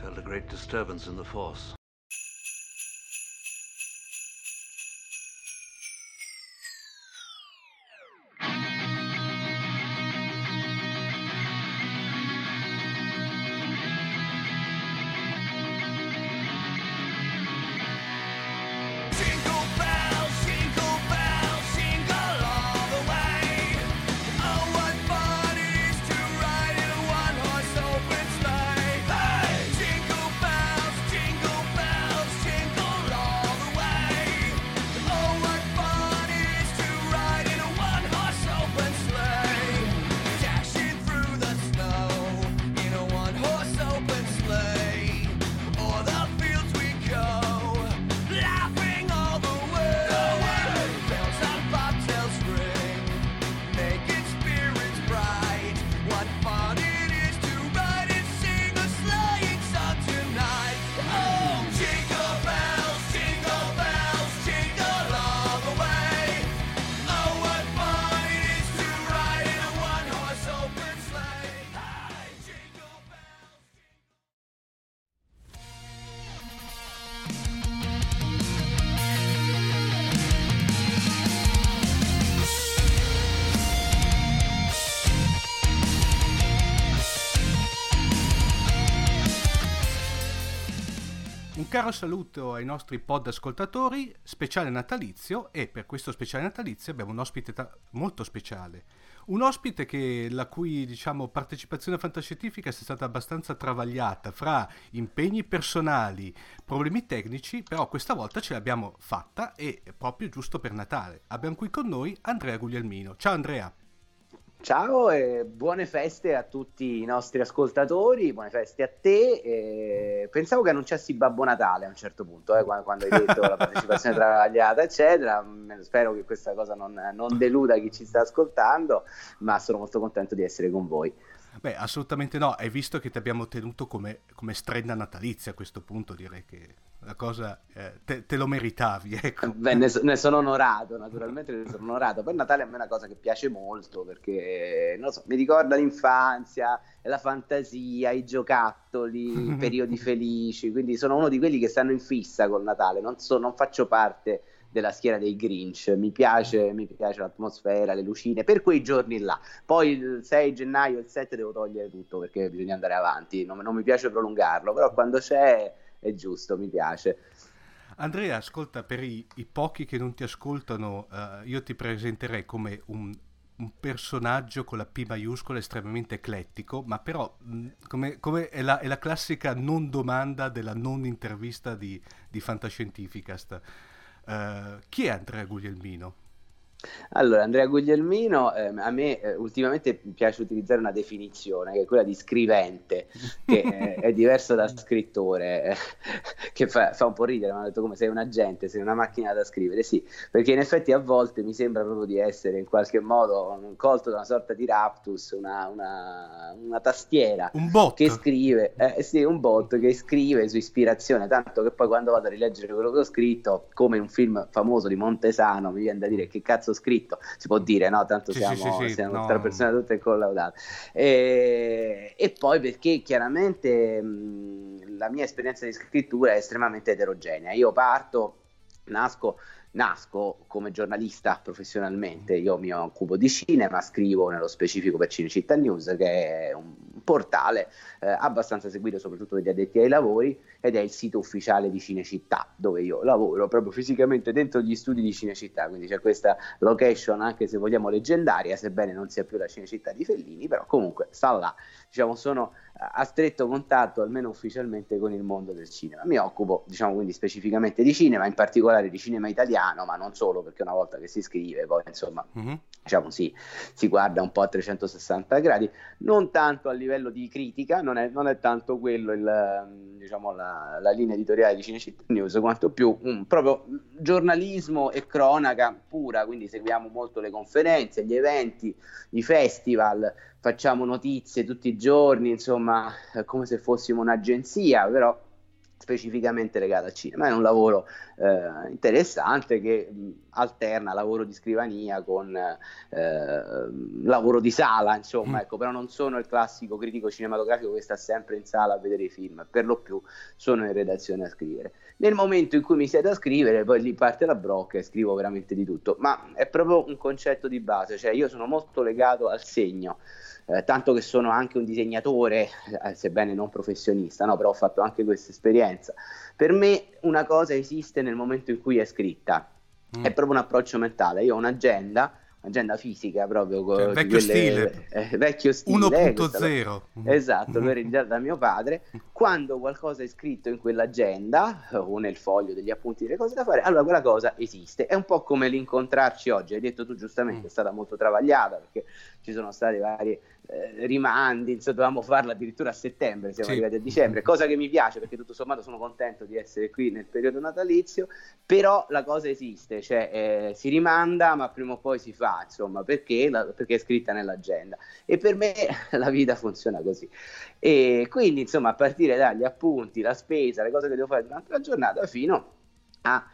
felt a great disturbance in the force. Un caro saluto ai nostri pod ascoltatori, speciale natalizio, e per questo speciale natalizio abbiamo un ospite molto speciale. Un ospite la cui, partecipazione fantascientifica è stata abbastanza travagliata fra impegni personali, problemi tecnici, però questa volta ce l'abbiamo fatta e proprio giusto per Natale. Abbiamo qui con noi Andrea Guglielmino. Ciao Andrea. Ciao e buone feste a tutti i nostri ascoltatori, buone feste a te. Pensavo che annunciassi Babbo Natale a un certo punto, quando hai detto la partecipazione travagliata, eccetera. Spero che questa cosa non deluda chi ci sta ascoltando, ma sono molto contento di essere con voi. Beh, assolutamente no, hai visto che ti abbiamo tenuto come strenna natalizia a questo punto, direi che la cosa te lo meritavi, ecco. Beh, ne sono onorato, naturalmente ne sono onorato. Poi Natale a me è una cosa che piace molto perché, non lo so, mi ricorda l'infanzia, la fantasia, i giocattoli, i periodi felici, quindi sono uno di quelli che stanno in fissa col Natale, non faccio parte della schiera dei Grinch, mi piace l'atmosfera, le lucine, per quei giorni là. Poi il 6 gennaio, il 7 devo togliere tutto perché bisogna andare avanti, non mi piace prolungarlo, però quando c'è è giusto, mi piace. Andrea, ascolta, per i pochi che non ti ascoltano, io ti presenterei come un personaggio con la P maiuscola estremamente eclettico, ma però come è la classica non domanda della non intervista di Fantascientificast. Chi è Andrea Guglielmino? Allora, Andrea Guglielmino, a me ultimamente piace utilizzare una definizione che è quella di scrivente, che è diverso da scrittore, che fa un po' ridere, mi hanno detto come sei un agente, sei una macchina da scrivere, sì, perché in effetti a volte mi sembra proprio di essere in qualche modo colto da una sorta di raptus, una tastiera, un bot che scrive, sì, un bot che scrive su ispirazione, tanto che poi quando vado a rileggere quello che ho scritto, come in un film famoso di Montesano, mi viene da dire che cazzo scritto, si può dire, no? Tanto sì, siamo no. tra persone tutte collaudate. E poi perché chiaramente la mia esperienza di scrittura è estremamente eterogenea. Io nasco come giornalista professionalmente, io mi occupo di cinema, scrivo nello specifico per Cinecittà News, che è un portale abbastanza seguito soprattutto dagli addetti ai lavori, ed è il sito ufficiale di Cinecittà, dove io lavoro proprio fisicamente dentro gli studi di Cinecittà, quindi c'è questa location, anche se vogliamo leggendaria, sebbene non sia più la Cinecittà di Fellini, però comunque sta là, sono a stretto contatto, almeno ufficialmente, con il mondo del cinema. Mi occupo, quindi specificamente di cinema, in particolare di cinema italiano, ma non solo, perché una volta che si scrive, poi insomma, si guarda un po' a 360 gradi, non tanto a livello di critica, non è tanto quello la linea editoriale di Cinecittà News, quanto più proprio giornalismo e cronaca pura, quindi seguiamo molto le conferenze, gli eventi, i festival, facciamo notizie tutti i giorni, insomma, come se fossimo un'agenzia, però specificamente legata al cinema. È un lavoro interessante che alterna lavoro di scrivania con lavoro di sala, insomma, ecco, però non sono il classico critico cinematografico che sta sempre in sala a vedere i film, per lo più sono in redazione a scrivere. Nel momento in cui mi siedo a scrivere, poi lì parte la brocca e scrivo veramente di tutto, ma è proprio un concetto di base, cioè io sono molto legato al segno. Tanto che sono anche un disegnatore, sebbene non professionista, no? Però ho fatto anche questa esperienza. Per me una cosa esiste nel momento in cui è scritta, è proprio un approccio mentale. Io ho un'agenda fisica proprio, cioè, vecchio stile, vecchio stile 1.0. Esatto, l'ho ereditato da mio padre. Quando qualcosa è scritto in quell'agenda o nel foglio degli appunti delle cose da fare, allora quella cosa esiste. È un po' come l'incontrarci oggi, hai detto tu giustamente, è stata molto travagliata perché ci sono stati vari rimandi, insomma, dovevamo farla addirittura a settembre, siamo arrivati a dicembre, cosa che mi piace perché tutto sommato sono contento di essere qui nel periodo natalizio, però la cosa esiste, cioè si rimanda ma prima o poi si fa, insomma, perché è scritta nell'agenda, e per me la vita funziona così. E quindi insomma, a partire dagli appunti, la spesa, le cose che devo fare durante la giornata, fino a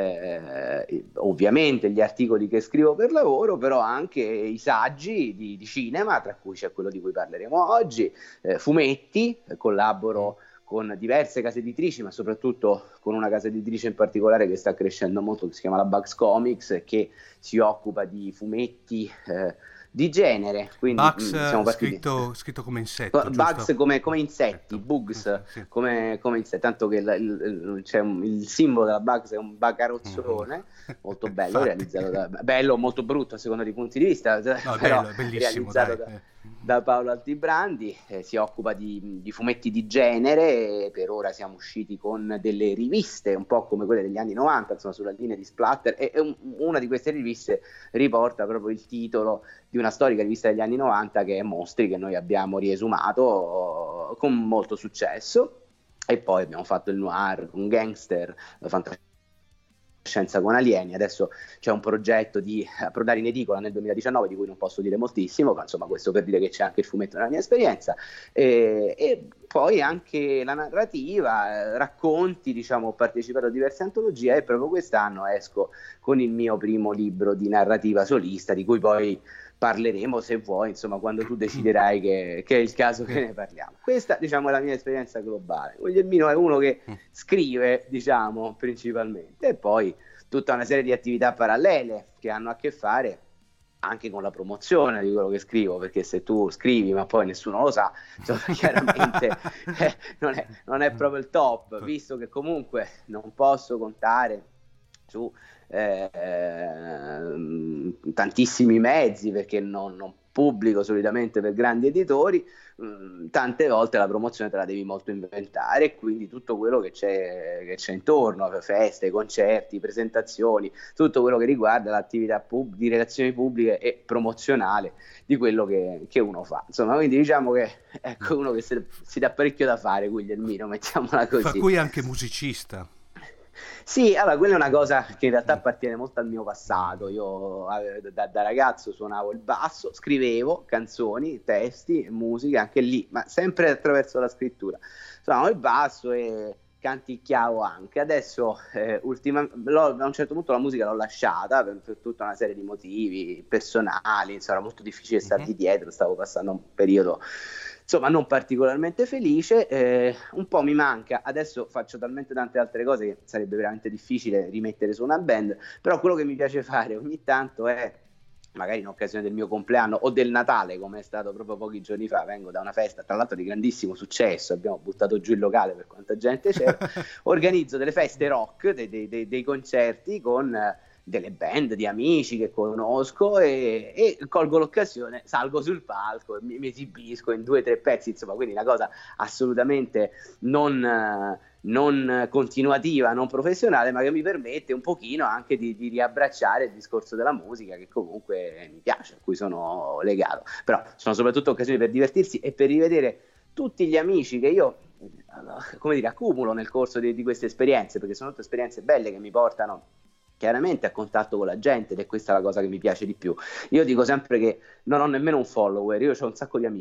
ovviamente gli articoli che scrivo per lavoro, però anche i saggi di cinema, tra cui c'è quello di cui parleremo oggi, fumetti, collaboro con diverse case editrici, ma soprattutto con una casa editrice in particolare che sta crescendo molto, che si chiama la Bugs Comics, che si occupa di fumetti di genere. Quindi Bugs scritto come insetto, Bugs come insetti, Bugs sì. come insetti, tanto che c'è il simbolo della Bugs è un bacarozzone molto bello, realizzato bello, molto brutto a seconda dei punti di vista, no, però bello, bellissimo, realizzato da Paolo Altibrandi. Si occupa di fumetti di genere, e per ora siamo usciti con delle riviste un po' come quelle degli anni 90, insomma, sulla linea di Splatter, e una di queste riviste riporta proprio il titolo di una storica rivista degli anni 90 che è Mostri, che noi abbiamo riesumato con molto successo, e poi abbiamo fatto il noir, un gangster, fantascienza con alieni. Adesso c'è un progetto di approdare in edicola nel 2019 di cui non posso dire moltissimo, ma insomma questo per dire che c'è anche il fumetto nella mia esperienza, e poi anche la narrativa, racconti, diciamo, ho partecipato a diverse antologie e proprio quest'anno esco con il mio primo libro di narrativa solista, di cui poi parleremo, se vuoi, insomma, quando tu deciderai che è il caso che ne parliamo. Questa, diciamo, è la mia esperienza globale. Guglielmino è uno che scrive, diciamo, principalmente, e poi tutta una serie di attività parallele che hanno a che fare anche con la promozione di quello che scrivo, perché se tu scrivi ma poi nessuno lo sa, insomma, chiaramente non è proprio il top, visto che comunque non posso contare su tantissimi mezzi, perché non pubblico solitamente per grandi editori. Tante volte la promozione te la devi molto inventare, e quindi tutto quello che c'è intorno, feste, concerti, presentazioni, tutto quello che riguarda l'attività di relazioni pubbliche e promozionale di quello che uno fa, insomma. Quindi diciamo che ecco uno che si dà parecchio da fare, Guglielmino, mettiamola così. Fra cui anche musicista. Sì, allora quella è una cosa che in realtà appartiene molto al mio passato. Io da ragazzo suonavo il basso, scrivevo canzoni, testi, musica, anche lì, ma sempre attraverso la scrittura. Suonavo il basso e canticchiavo anche. Adesso a un certo punto la musica l'ho lasciata per tutta una serie di motivi personali, insomma, era molto difficile stargli dietro, stavo passando un periodo, insomma, non particolarmente felice, un po' mi manca. Adesso faccio talmente tante altre cose che sarebbe veramente difficile rimettere su una band, però quello che mi piace fare ogni tanto è, magari in occasione del mio compleanno o del Natale, come è stato proprio pochi giorni fa, vengo da una festa, tra l'altro di grandissimo successo, abbiamo buttato giù il locale per quanta gente c'era, organizzo delle feste rock, dei concerti con delle band di amici che conosco, e colgo l'occasione, salgo sul palco e mi esibisco in 2-3 pezzi, insomma, quindi una cosa assolutamente non continuativa, non professionale, ma che mi permette un pochino anche di riabbracciare il discorso della musica, che comunque mi piace, a cui sono legato. Però sono soprattutto occasioni per divertirsi e per rivedere tutti gli amici che io, come dire, accumulo nel corso di queste esperienze, perché sono tutte esperienze belle che mi portano chiaramente a contatto con la gente, ed è questa la cosa che mi piace di più. Io dico sempre che non ho nemmeno un follower, io ho un sacco di amici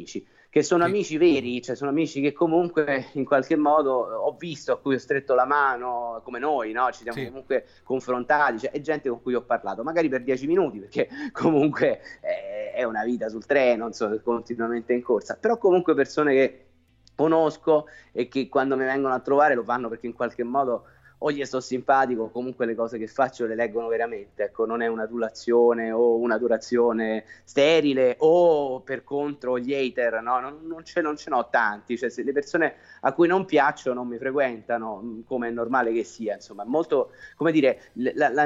che sono amici veri, cioè sono amici che comunque in qualche modo ho visto, a cui ho stretto la mano, come noi, no? Ci siamo comunque confrontati, cioè, è gente con cui ho parlato, magari per 10 minuti, perché comunque è una vita sul treno, insomma, continuamente in corsa, però comunque persone che conosco e che quando mi vengono a trovare lo fanno perché in qualche modo o gli sto simpatico, o comunque le cose che faccio le leggono veramente, ecco, non è un'adulazione o un'adorazione sterile, o per contro gli hater, no, non ce n'ho tanti, cioè se le persone a cui non piacciono non mi frequentano, come è normale che sia, insomma, molto, come dire, la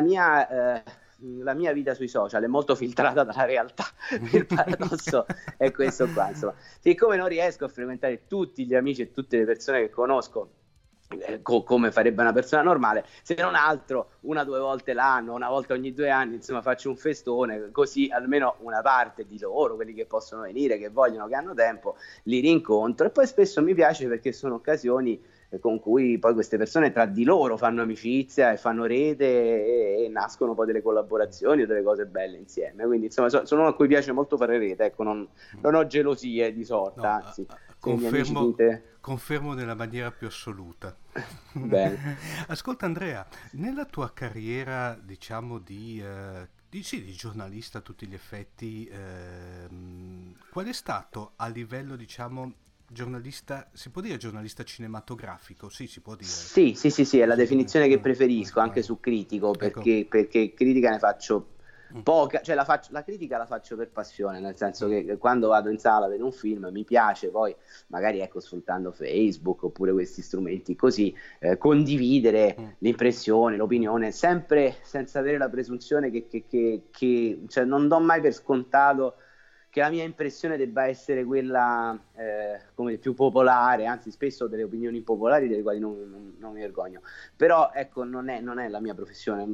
mia vita sui social è molto filtrata dalla realtà. Il paradosso è questo qua, insomma. Siccome non riesco a frequentare tutti gli amici e tutte le persone che conosco come farebbe una persona normale, se non altro 1 o 2 volte l'anno, una volta ogni 2 anni, insomma, faccio un festone, così almeno una parte di loro, quelli che possono venire, che vogliono, che hanno tempo, li rincontro. E poi spesso mi piace perché sono occasioni con cui poi queste persone tra di loro fanno amicizia e fanno rete e nascono poi delle collaborazioni o delle cose belle insieme. Quindi insomma sono uno a cui piace molto fare rete, ecco, non ho gelosie di sorta, no, anzi. Confermo nella maniera più assoluta. Bene. Ascolta Andrea, nella tua carriera, diciamo, di giornalista a tutti gli effetti, qual è stato a livello, diciamo, giornalista, si può dire giornalista cinematografico? Sì, si può dire. Sì, è la definizione che preferisco, anche su critico, perché critica ne faccio poca, cioè la critica la faccio per passione, nel senso che quando vado in sala a vedere un film mi piace poi magari, ecco, sfruttando Facebook oppure questi strumenti così, condividere l'impressione, l'opinione, sempre senza avere la presunzione che cioè non do mai per scontato che la mia impressione debba essere quella come più popolare, anzi spesso ho delle opinioni popolari delle quali non mi vergogno, però ecco non è la mia professione,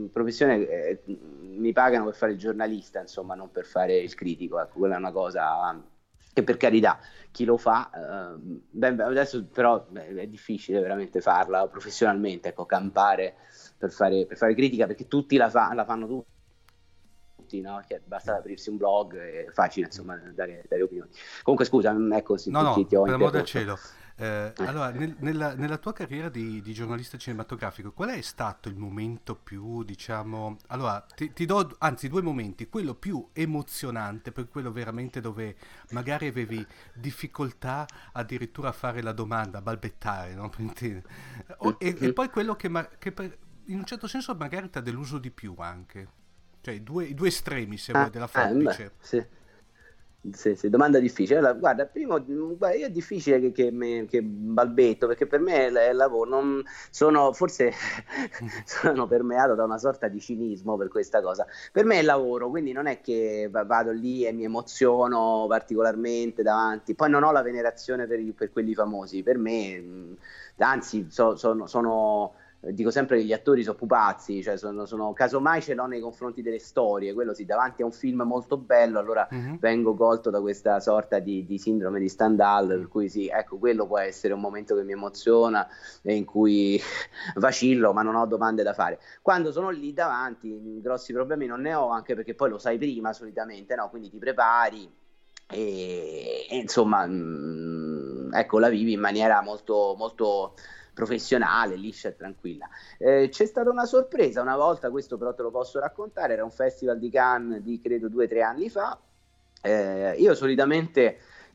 mi pagano per fare il giornalista, insomma, non per fare il critico, ecco, quella è una cosa che, per carità, chi lo fa, adesso però è difficile veramente farla professionalmente, ecco, campare per fare critica, perché tutti la fanno tutti. No? Che basta aprirsi un blog, è facile, insomma, dare opinioni. Comunque scusa, ecco, sì, ti ho per amor del interrotto. cielo. Allora, nella tua carriera di giornalista cinematografico, qual è stato il momento più, diciamo, allora ti do anzi 2 momenti, quello più emozionante, per quello veramente dove magari avevi difficoltà addirittura a fare la domanda, a balbettare, no? E poi quello che in un certo senso magari ti ha deluso di più anche. Cioè i due estremi, se vuoi, della forbice. Sì, domanda difficile. Allora, guarda, io è difficile che balbetto, perché per me è lavoro, forse sono permeato da una sorta di cinismo per questa cosa. Per me è lavoro, quindi non è che vado lì e mi emoziono particolarmente davanti, poi non ho la venerazione per quelli famosi, per me, anzi, sono dico sempre che gli attori sono pupazzi, cioè sono casomai ce l'ho nei confronti delle storie, quello sì, davanti a un film molto bello, allora vengo colto da questa sorta di sindrome di Stendhal, per cui sì, ecco, quello può essere un momento che mi emoziona e in cui vacillo, ma non ho domande da fare. Quando sono lì davanti, grossi problemi non ne ho, anche perché poi lo sai prima solitamente, no? Quindi ti prepari e insomma, ecco, la vivi in maniera molto, molto professionale, liscia e tranquilla. C'è stata una sorpresa una volta, questo però te lo posso raccontare, era un festival di Cannes di credo 2 o 3 anni fa. Io solitamente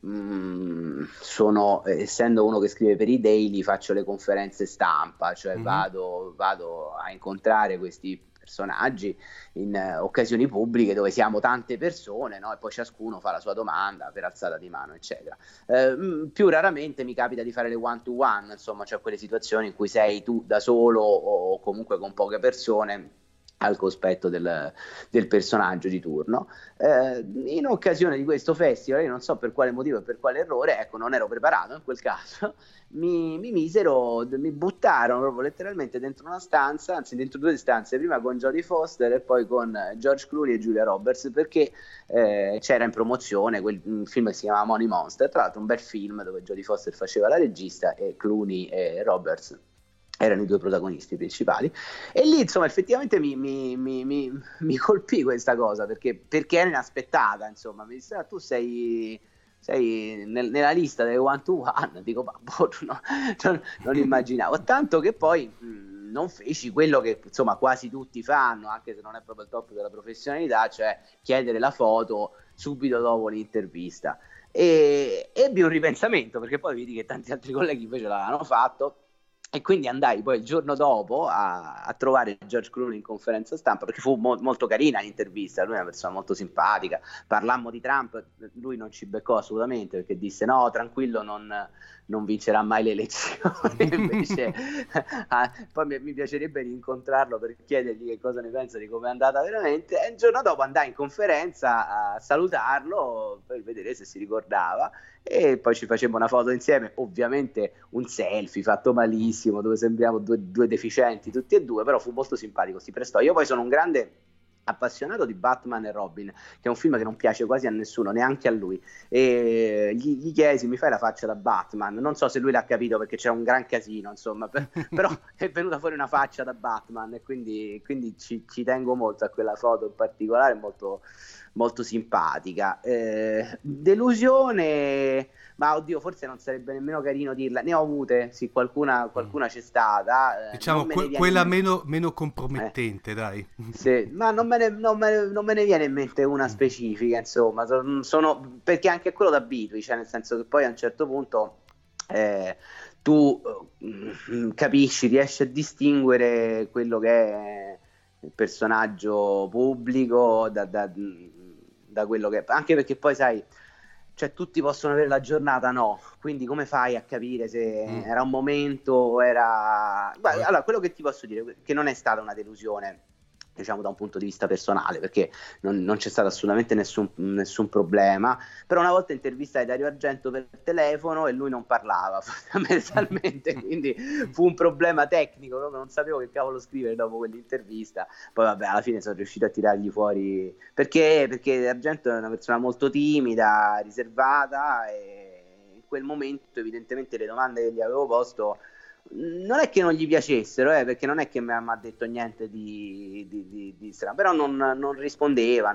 sono, essendo uno che scrive per i daily, faccio le conferenze stampa, cioè vado a incontrare questi personaggi in occasioni pubbliche dove siamo tante persone, no? E poi ciascuno fa la sua domanda per alzata di mano, eccetera. Più raramente mi capita di fare le one to one, insomma, cioè quelle situazioni in cui sei tu da solo o comunque con poche persone al cospetto del personaggio di turno. In occasione di questo festival, io non so per quale motivo e per quale errore, ecco, non ero preparato in quel caso, mi buttarono proprio letteralmente dentro una stanza, anzi dentro 2 stanze, prima con Jodie Foster e poi con George Clooney e Julia Roberts, perché c'era in promozione un film che si chiamava Money Monster, tra l'altro un bel film dove Jodie Foster faceva la regista e Clooney e Roberts erano i 2 protagonisti principali, e lì insomma effettivamente mi colpì questa cosa perché era inaspettata, insomma, mi disse: tu sei sei nella lista delle one to one, dico, ma boh, non immaginavo, tanto che poi non feci quello che insomma quasi tutti fanno, anche se non è proprio il top della professionalità, cioè chiedere la foto subito dopo l'intervista. E ebbi un ripensamento, perché poi vedi che tanti altri colleghi invece l'avevano fatto, e quindi andai poi il giorno dopo a trovare George Clooney in conferenza stampa, perché fu molto carina l'intervista, lui è una persona molto simpatica, parlammo di Trump, lui non ci beccò assolutamente, perché disse no, tranquillo, non vincerà mai le elezioni. Invece poi mi piacerebbe rincontrarlo per chiedergli che cosa ne pensa di come è andata veramente, e il giorno dopo andai in conferenza a salutarlo per vedere se si ricordava, e poi ci facemmo una foto insieme, ovviamente un selfie fatto malissimo dove sembriamo due deficienti tutti e due, però fu molto simpatico, si prestò. Io poi sono un grande appassionato di Batman e Robin, che è un film che non piace quasi a nessuno, neanche a lui, e gli chiesi, mi fai la faccia da Batman? Non so se lui l'ha capito, perché c'era un gran casino, insomma, però è venuta fuori una faccia da Batman, e quindi ci tengo molto a quella foto in particolare, molto, molto simpatica. Delusione, ma oddio, forse non sarebbe nemmeno carino dirla, ne ho avute, sì, qualcuna c'è stata, diciamo quella meno compromettente, dai. Sì, ma non me ne viene in mente una specifica, insomma, perché anche quello t'abitui, cioè nel senso che poi a un certo punto tu capisci, riesci a distinguere quello che è il personaggio pubblico da quello che è, anche perché poi sai, cioè tutti possono avere la giornata, no, quindi come fai a capire se era un momento o era... Beh, allora, quello che ti posso dire è che non è stata una delusione, diciamo, da un punto di vista personale, perché non c'è stato assolutamente nessun problema, però una volta intervistai Dario Argento per telefono e lui non parlava fondamentalmente, quindi fu un problema tecnico, proprio non sapevo che cavolo scrivere dopo quell'intervista. Poi vabbè, alla fine sono riuscito a tirargli fuori, perché Argento è una persona molto timida, riservata, e in quel momento evidentemente le domande che gli avevo posto non è che non gli piacessero, perché non è che mi ha detto niente di strano, però non rispondeva,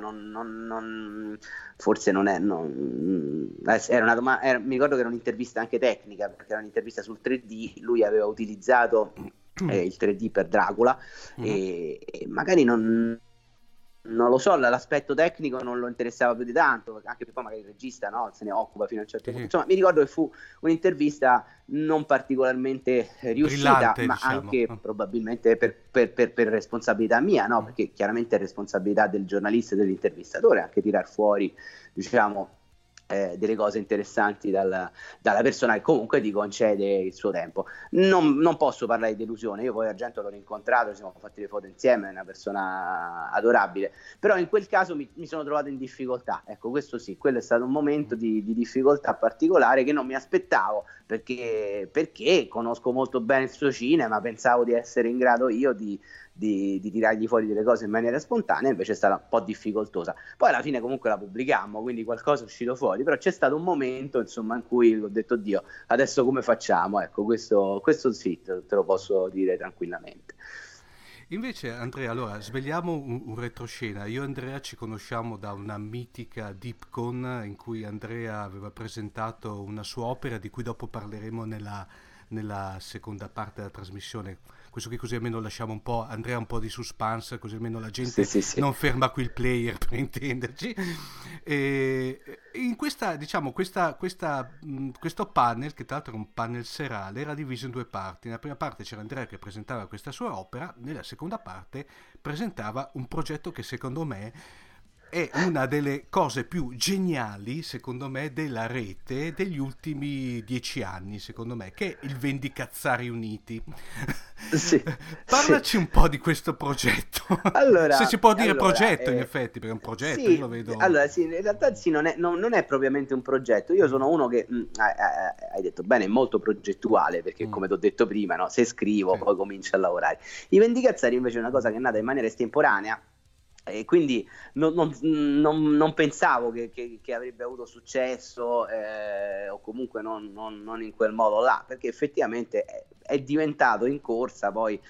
forse non è, era una domanda, mi ricordo che era un'intervista anche tecnica, perché era un'intervista sul 3D, lui aveva utilizzato il 3D per Dracula, e magari non lo so, l'aspetto tecnico non lo interessava più di tanto, anche perché poi magari il regista, no, se ne occupa fino a un certo punto. Insomma, mi ricordo che fu un'intervista non particolarmente riuscita, brillante, ma diciamo, anche probabilmente per responsabilità mia, no? Perché chiaramente è responsabilità del giornalista e dell'intervistatore anche tirar fuori, diciamo, delle cose interessanti dalla persona che comunque ti concede il suo tempo. Non posso parlare di delusione, io poi Argento l'ho rincontrato, ci siamo fatti le foto insieme, è una persona adorabile, però in quel caso mi sono trovato in difficoltà, ecco, questo sì, quello è stato un momento di difficoltà particolare che non mi aspettavo, perché conosco molto bene il suo cinema, pensavo di essere in grado io di tirargli fuori delle cose in maniera spontanea, invece è stata un po' difficoltosa. Poi alla fine comunque la pubblicammo, quindi qualcosa è uscito fuori, però c'è stato un momento, insomma, in cui ho detto, Dio, adesso come facciamo? Ecco, questo sì, te lo posso dire tranquillamente. Invece, Andrea, allora svegliamo un retroscena. Io e Andrea ci conosciamo da una mitica DeepCon in cui Andrea aveva presentato una sua opera di cui dopo parleremo nella seconda parte della trasmissione. Questo qui così almeno lasciamo un po', Andrea, un po' di suspense, così almeno la gente sì. non ferma qui il player, per intenderci. E in questa, diciamo, questo panel, che tra l'altro era un panel serale, era diviso in due parti. Nella prima parte c'era Andrea che presentava questa sua opera, nella seconda parte presentava un progetto che secondo me è una delle cose più geniali, secondo me, della rete degli ultimi 10 anni, secondo me, che è il Vendicazzari Uniti. Sì, Parlaci un po' di questo progetto. Allora, se si può dire progetto, in effetti, perché è un progetto, sì, io lo vedo... Allora, sì, in realtà sì, non è propriamente un progetto. Io sono uno che, hai detto bene, è molto progettuale, perché come ti ho detto prima, no, se scrivo poi comincio a lavorare. I Vendicazzari invece è una cosa che è nata in maniera estemporanea, e quindi non pensavo che avrebbe avuto successo, o comunque non in quel modo là, perché effettivamente è diventato in corsa poi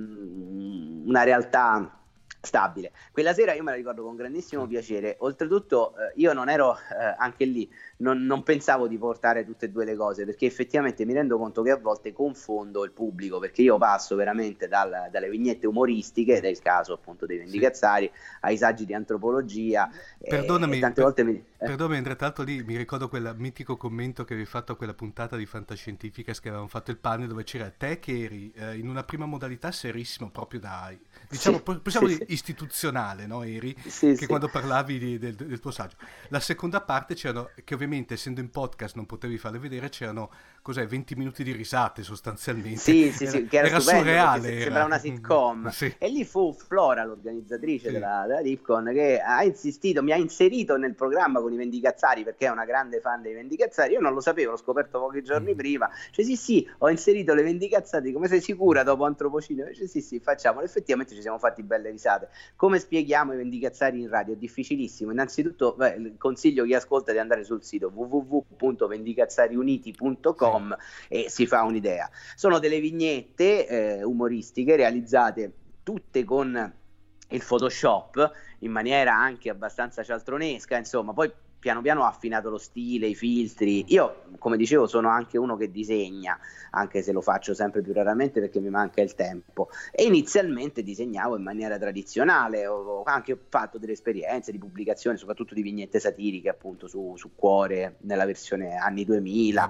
una realtà stabile. Quella sera io me la ricordo con grandissimo piacere. Oltretutto io non ero, anche lì non pensavo di portare tutte e due le cose, perché effettivamente mi rendo conto che a volte confondo il pubblico, perché io passo veramente dalle vignette umoristiche, del caso appunto dei Vendicazzari, ai saggi di antropologia. Perdonami, e tante volte perdonami Andrea, tanto lì mi ricordo quel mitico commento che avevi fatto a quella puntata di Fantascientificas che avevamo fatto il panel, dove c'era te che eri in una prima modalità serissimo, proprio da, diciamo, possiamo dire istituzionale, no? Eri, che quando parlavi del tuo saggio. La seconda parte c'erano, che ovviamente essendo in podcast non potevi farle vedere, c'erano 20 minuti di risate sostanzialmente. Sì, che era surreale. Sembra una sitcom. Sì. E lì fu Flora, l'organizzatrice della Dipcon, che ha insistito, mi ha inserito nel programma con i Vendicazzari, perché è una grande fan dei Vendicazzari. Io non lo sapevo, l'ho scoperto pochi giorni prima. Cioè sì, ho inserito le Vendicazzate, come sei sicura dopo Antropocino? Cioè, sì, facciamolo. Effettivamente ci siamo fatti belle risate. Come spieghiamo i Vendicazzari in radio? È difficilissimo. Innanzitutto consiglio chi ascolta di andare sul sito www.vendicazzariuniti.com e si fa un'idea. Sono delle vignette umoristiche realizzate tutte con il Photoshop in maniera anche abbastanza cialtronesca, insomma, poi piano piano ho affinato lo stile, i filtri. Io, come dicevo, sono anche uno che disegna, anche se lo faccio sempre più raramente perché mi manca il tempo. E inizialmente disegnavo in maniera tradizionale, ho anche fatto delle esperienze di pubblicazione, soprattutto di vignette satiriche, appunto su Cuore, nella versione anni 2000.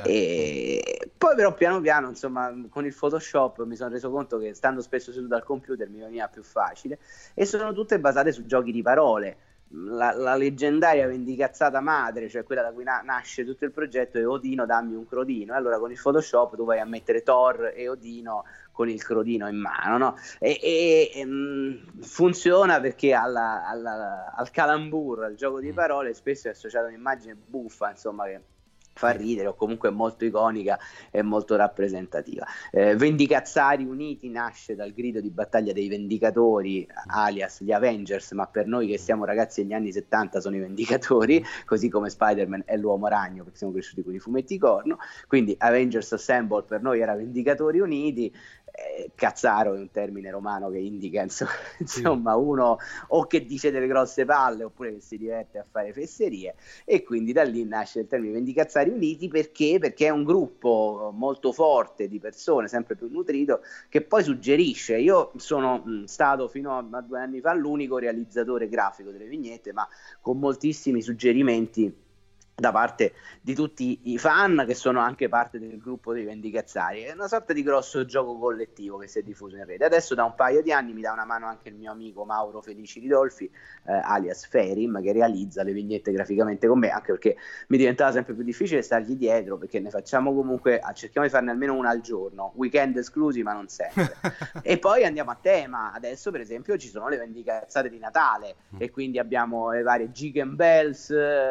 E poi però piano piano, insomma, con il Photoshop mi sono reso conto che stando spesso seduto al computer mi veniva più facile, e sono tutte basate su giochi di parole. La leggendaria Vendicazzata madre, cioè quella da cui nasce tutto il progetto, è Odino dammi un crodino. E allora con il Photoshop tu vai a mettere Thor e Odino con il crodino in mano, no? E funziona perché al calambur, al gioco di parole, spesso è associata un'immagine buffa, insomma, che fa ridere, o comunque è molto iconica e molto rappresentativa. Vendicazzari Uniti nasce dal grido di battaglia dei Vendicatori, alias gli Avengers, ma per noi che siamo ragazzi degli anni 70 sono i Vendicatori, così come Spider-Man è l'Uomo Ragno, perché siamo cresciuti con i fumetti corno. Quindi Avengers Assemble per noi era Vendicatori Uniti. Cazzaro è un termine romano che indica insomma uno o che dice delle grosse palle oppure che si diverte a fare fesserie, e quindi da lì nasce il termine Vendicazzari Uniti. Perché è un gruppo molto forte di persone, sempre più nutrito, che poi suggerisce. Io sono stato fino a 2 anni fa l'unico realizzatore grafico delle vignette, ma con moltissimi suggerimenti da parte di tutti i fan che sono anche parte del gruppo dei Vendicazzari. È una sorta di grosso gioco collettivo che si è diffuso in rete. Adesso da un paio di anni mi dà una mano anche il mio amico Mauro Felici Ridolfi, alias Ferim, che realizza le vignette graficamente con me, anche perché mi diventava sempre più difficile stargli dietro, perché ne facciamo comunque, cerchiamo di farne almeno una al giorno, weekend esclusi ma non sempre. E poi andiamo a tema. Adesso per esempio ci sono le Vendicazzate di Natale, e quindi abbiamo le varie Jigen Bells,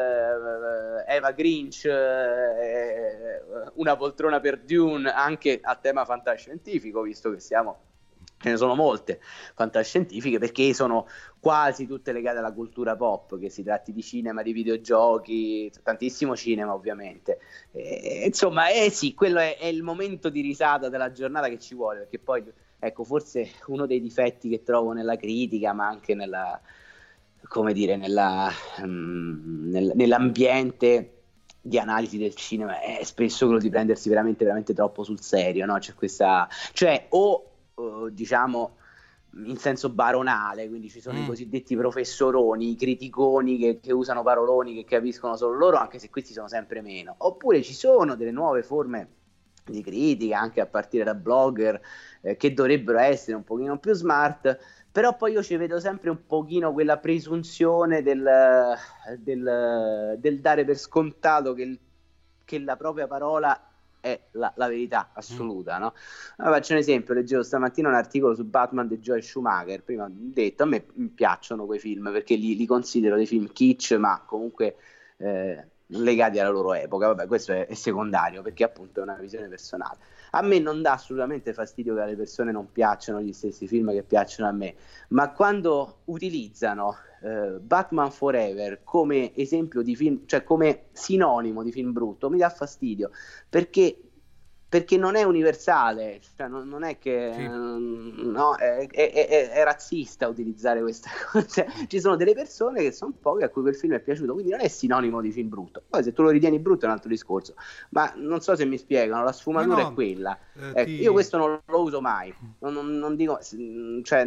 Eva Grinch, una poltrona per Dune, anche a tema fantascientifico, visto che ce ne sono molte fantascientifiche, perché sono quasi tutte legate alla cultura pop, che si tratti di cinema, di videogiochi, tantissimo cinema ovviamente. Insomma, sì, quello è il momento di risata della giornata che ci vuole, perché poi, ecco, forse uno dei difetti che trovo nella critica, ma anche nell'ambiente di analisi del cinema, è spesso quello di prendersi veramente veramente troppo sul serio, no? C'è questa, cioè, diciamo in senso baronale, quindi ci sono i cosiddetti professoroni, i criticoni che usano paroloni che capiscono solo loro, anche se questi sono sempre meno. Oppure ci sono delle nuove forme di critica, anche a partire da blogger, che dovrebbero essere un pochino più smart. Però poi io ci vedo sempre un pochino quella presunzione del dare per scontato che la propria parola è la verità assoluta, no? Allora, faccio un esempio: leggevo stamattina un articolo su Batman di Joel Schumacher. Prima ho detto, a me piacciono quei film perché li considero dei film kitsch, ma comunque legati alla loro epoca. Vabbè, questo è secondario, perché appunto è una visione personale. A me non dà assolutamente fastidio che alle persone non piacciono gli stessi film che piacciono a me, ma quando utilizzano Batman Forever come esempio di film, cioè come sinonimo di film brutto, mi dà fastidio, perché perché non è universale, cioè non è che Sì. no, è razzista utilizzare questa cosa. Ci sono delle persone che sono poche a cui quel film è piaciuto, quindi non è sinonimo di film brutto. Poi se tu lo ritieni brutto è un altro discorso, ma non so se mi spiegano, la sfumatura è No, quella. Ecco, io questo non lo uso mai, non dico, cioè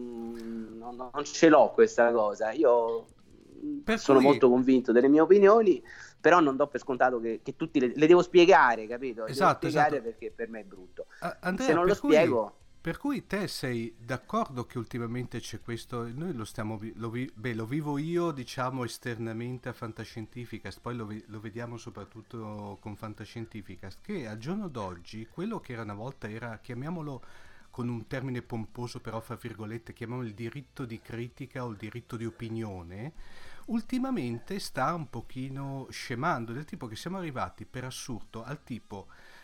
non ce l'ho questa cosa. Io per sono cui molto convinto delle mie opinioni, però non do per scontato che tutti le devo spiegare, capito? Le devo esatto, spiegare esatto. perché per me è brutto. Se Andrea, non lo spiego, per cui te sei d'accordo che ultimamente c'è questo, noi lo stiamo, lo vivo io diciamo esternamente a Fantascientificast, poi lo vediamo soprattutto con Fantascientificast, che al giorno d'oggi quello che era una volta era, chiamiamolo con un termine pomposo però fra virgolette, chiamiamolo il diritto di critica o il diritto di opinione, ultimamente sta un pochino scemando, del tipo che siamo arrivati per assurdo al tipo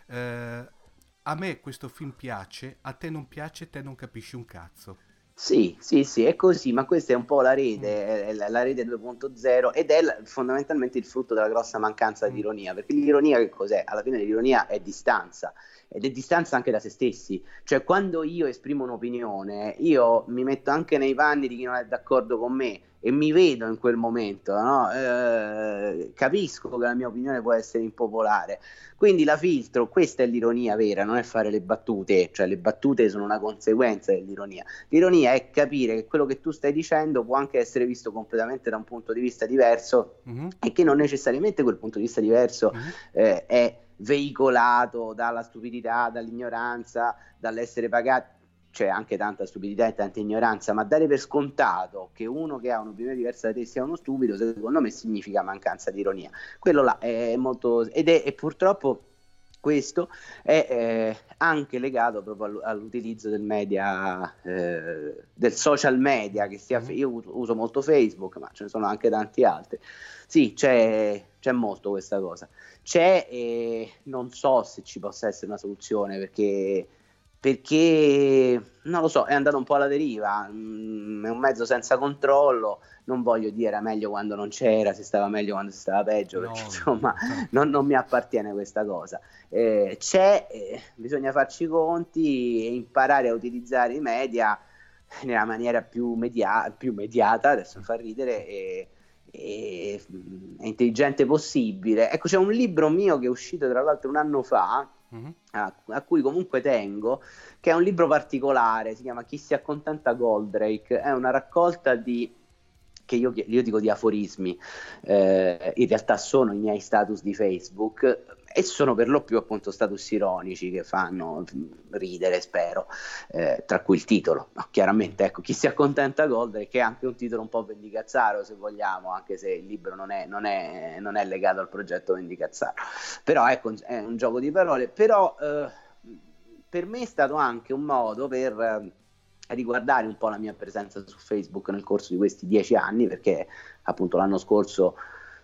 a me questo film piace, a te non piace, te non capisci un cazzo. sì, sì, sì, è così, ma questa è un po' la rete, è la rete 2.0 ed è fondamentalmente il frutto della grossa mancanza di ironia, perché l'ironia che cos'è? Alla fine l'ironia è distanza, ed è distanza anche da se stessi, cioè quando io esprimo un'opinione, io mi metto anche nei panni di chi non è d'accordo con me e mi vedo in quel momento, no? Capisco che la mia opinione può essere impopolare, quindi la filtro, questa è l'ironia vera, non è fare le battute, cioè le battute sono una conseguenza dell'ironia. L'ironia è capire che quello che tu stai dicendo può anche essere visto completamente da un punto di vista diverso Mhm, e che non necessariamente quel punto di vista diverso mhm. è veicolato dalla stupidità, dall'ignoranza, dall'essere pagati. C'è anche tanta stupidità e tanta ignoranza, ma dare per scontato che uno che ha un'opinione diversa da te sia uno stupido, secondo me significa mancanza di ironia. Quello là è molto, e purtroppo questo è anche legato proprio all'utilizzo del media, del social media, che sia, io uso molto Facebook, ma ce ne sono anche tanti altri. Sì, c'è molto questa cosa. C'è e non so se ci possa essere una soluzione perché non lo so, è andato un po' alla deriva, è un mezzo senza controllo, non voglio dire era meglio quando non c'era, si stava meglio quando si stava peggio, perché No, insomma infatti. non mi appartiene questa cosa. C'è, bisogna farci i conti e imparare a utilizzare i media nella maniera più mediata, adesso mi fa ridere, e intelligente possibile. Ecco, c'è un libro mio che è uscito tra l'altro un anno fa, Mhm. a cui comunque tengo, che è un libro particolare, si chiama Chi si accontenta Goldrake, è una raccolta che io dico di aforismi, in realtà sono i miei status di Facebook e sono per lo più appunto status ironici che fanno ridere, spero, tra cui il titolo. No, chiaramente, ecco, Chi si accontenta Goldrake, che è anche un titolo un po' vendicazzaro, se vogliamo, anche se il libro non è legato al progetto vendicazzaro. Però ecco, è un gioco di parole, però per me è stato anche un modo per riguardare un po' la mia presenza su Facebook nel corso di questi 10 anni, perché appunto l'anno scorso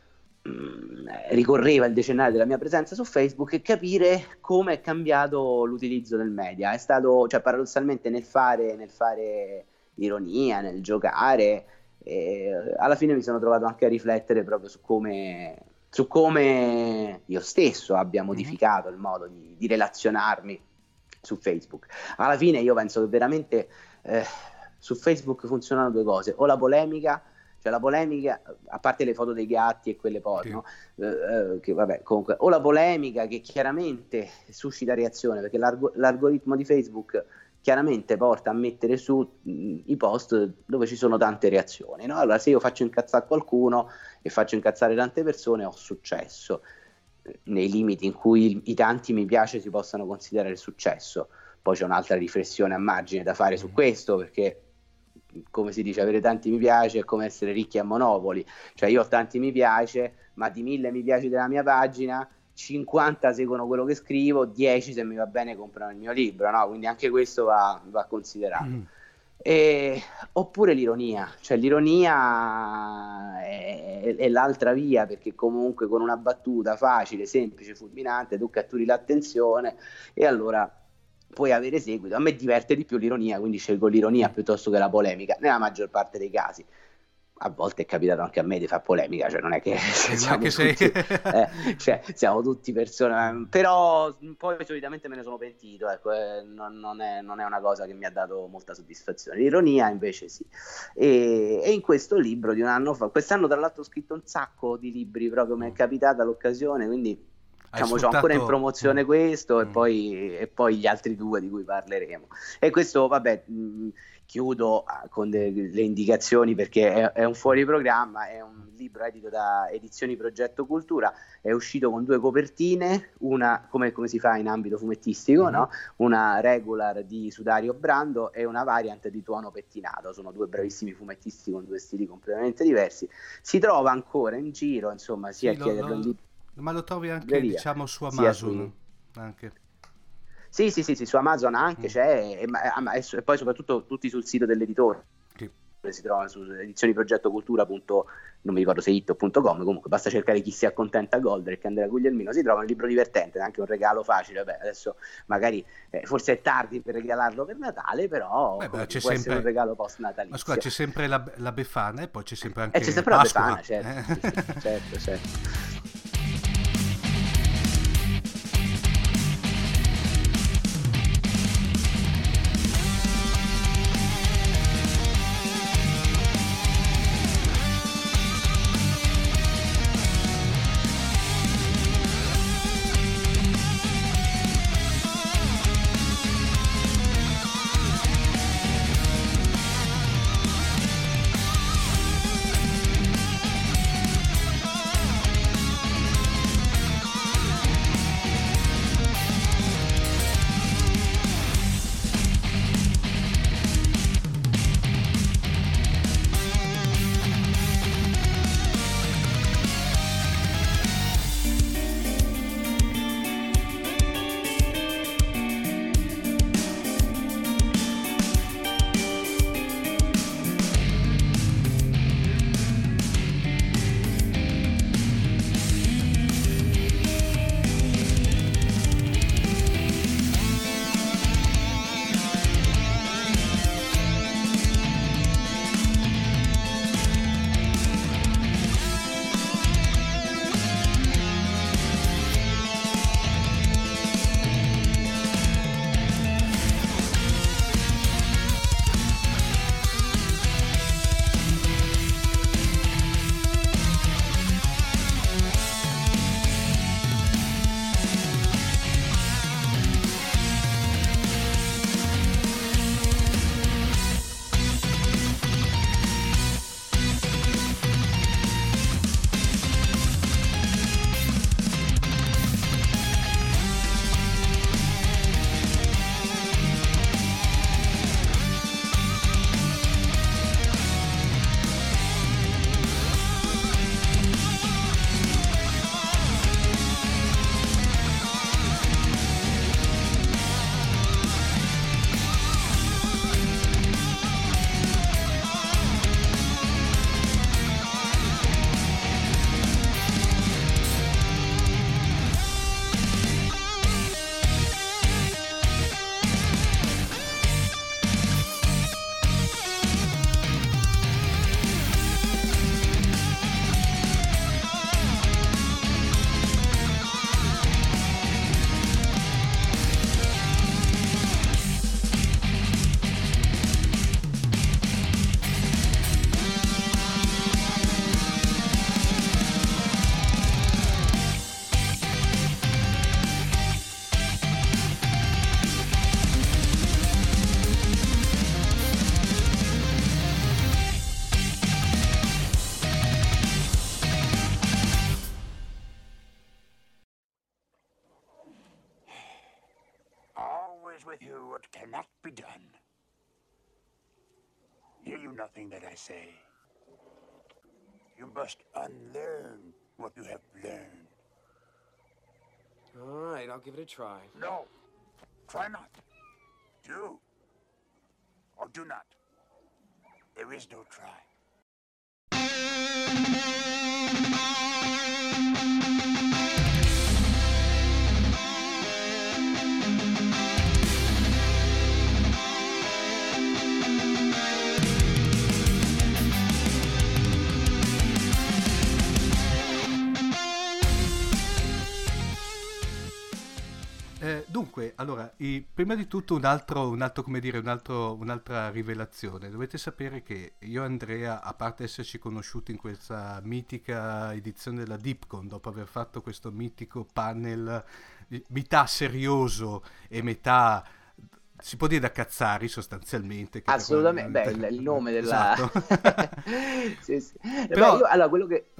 ricorreva il decennale della mia presenza su Facebook, e capire come è cambiato l'utilizzo del media. È stato, cioè, paradossalmente nel fare ironia, nel giocare, alla fine mi sono trovato anche a riflettere proprio su come io stesso abbia modificato il modo di relazionarmi su Facebook. Alla fine io penso che veramente su Facebook funzionano due cose: o la polemica, cioè la polemica, a parte le foto dei gatti e quelle porno, che vabbè, comunque, o la polemica che chiaramente suscita reazione, perché l'algoritmo di Facebook chiaramente porta a mettere su i post dove ci sono tante reazioni, no? Allora se io faccio incazzare qualcuno e faccio incazzare tante persone, ho successo, nei limiti in cui i tanti mi piace si possano considerare successo. Poi c'è un'altra riflessione a margine da fare su questo, perché come si dice, avere tanti mi piace è come essere ricchi a Monopoli, cioè io ho tanti mi piace, ma di 1000 mi piace della mia pagina 50 seguono quello che scrivo, 10 se mi va bene comprano il mio libro, no? Quindi anche questo va considerato. Oppure l'ironia, cioè l'ironia è l'altra via, perché comunque con una battuta facile, semplice, fulminante tu catturi l'attenzione e allora puoi avere seguito. A me diverte di più l'ironia, quindi scelgo l'ironia piuttosto che la polemica nella maggior parte dei casi. a volte è capitato anche a me di fare polemica, cioè non è che siamo sei... tutti, cioè, siamo tutti persone, però poi solitamente me ne sono pentito, ecco, non è una cosa che mi ha dato molta soddisfazione. L'ironia invece sì. E in questo libro di un anno fa, quest'anno tra l'altro ho scritto un sacco di libri, proprio mi è capitata l'occasione, quindi diciamo c'ho ancora in promozione questo e poi gli altri due di cui parleremo. E questo, vabbè, chiudo con le indicazioni perché è un fuori programma, è un libro edito da Edizioni Progetto Cultura, è uscito con 2 copertine, una come si fa in ambito fumettistico, no? Una regular di Sudario Brando e una variant di Tuono Pettinato. Sono 2 bravissimi fumettisti con 2 stili completamente diversi. Si trova ancora in giro, insomma, sia a chiederlo in ma lo trovi anche, diciamo, su Amazon anche. Sì, su Amazon anche c'è, e poi soprattutto tutti sul sito dell'editore. Sì. Si trovano su edizioniprogettocultura. Non mi ricordo se it.com, comunque basta cercare Chi si accontenta Goldrake, Andrea Guglielmino, si trova un libro divertente, anche un regalo facile. Vabbè, adesso magari forse è tardi per regalarlo per Natale, però c'è può essere un regalo post natalizio. Ma scusa, c'è sempre la Befana e poi c'è sempre anche c'è sempre Pasqua. La Befana, certo. with you what cannot be done. Hear you nothing that I say. You must unlearn what you have learned. All right, I'll give it a try. No, try not. Do or do not. There is no try. Dunque, allora, prima di tutto un'altra rivelazione. Dovete sapere che io e Andrea, a parte esserci conosciuti in questa mitica edizione della Dipcon, dopo aver fatto questo mitico panel metà serioso e metà, si può dire, da cazzari sostanzialmente. Assolutamente, il nome della... Esatto. Sì, sì. Però... io, allora, quello che...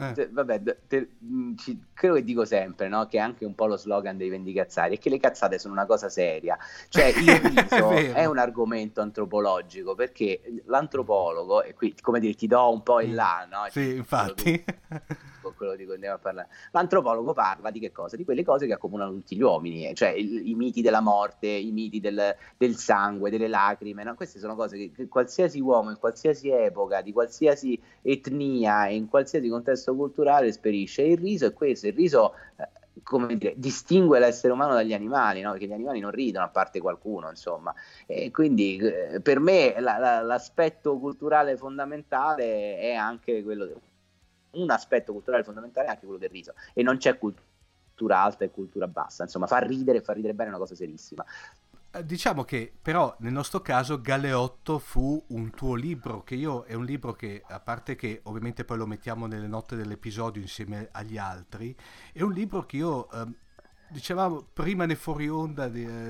credo che dico sempre, no? Che è anche un po' lo slogan dei Vendicazzari, è che le cazzate sono una cosa seria. Cioè, il riso è un argomento antropologico, perché l'antropologo, e qui, come dire, ti do un po' in là, no? Sì, infatti. Quello di cui andiamo a parlare. L'antropologo parla di che cosa? Di quelle cose che accomunano tutti gli uomini, cioè i miti della morte, i miti del sangue, delle lacrime, no? Queste sono cose che qualsiasi uomo in qualsiasi epoca, di qualsiasi etnia e in qualsiasi contesto culturale esperisce. Il riso è questo, il riso come dire, distingue l'essere umano dagli animali, no? Perché gli animali non ridono, a parte qualcuno, insomma, e quindi per me l'aspetto culturale fondamentale è anche quello un aspetto culturale fondamentale è anche quello del riso, e non c'è cultura alta e cultura bassa, insomma, fa ridere bene è una cosa serissima. Diciamo che però nel nostro caso Galeotto fu un tuo libro, che è un libro che, a parte che ovviamente poi lo mettiamo nelle note dell'episodio insieme agli altri, è un libro che io, dicevamo prima ne fuori onda,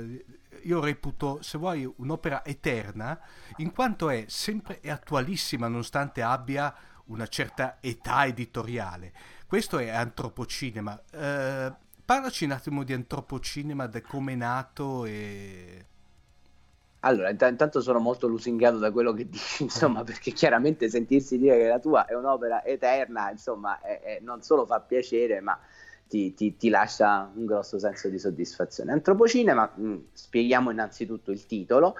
io reputo, se vuoi, un'opera eterna, in quanto è attualissima nonostante abbia una certa età editoriale. Questo è Antropocinema. Parlaci un attimo di Antropocinema, da come è nato e... Allora, intanto sono molto lusingato da quello che dici, insomma, perché chiaramente sentirsi dire che la tua è un'opera eterna, insomma, non solo fa piacere, ma ti lascia un grosso senso di soddisfazione. Antropocinema, spieghiamo innanzitutto il titolo,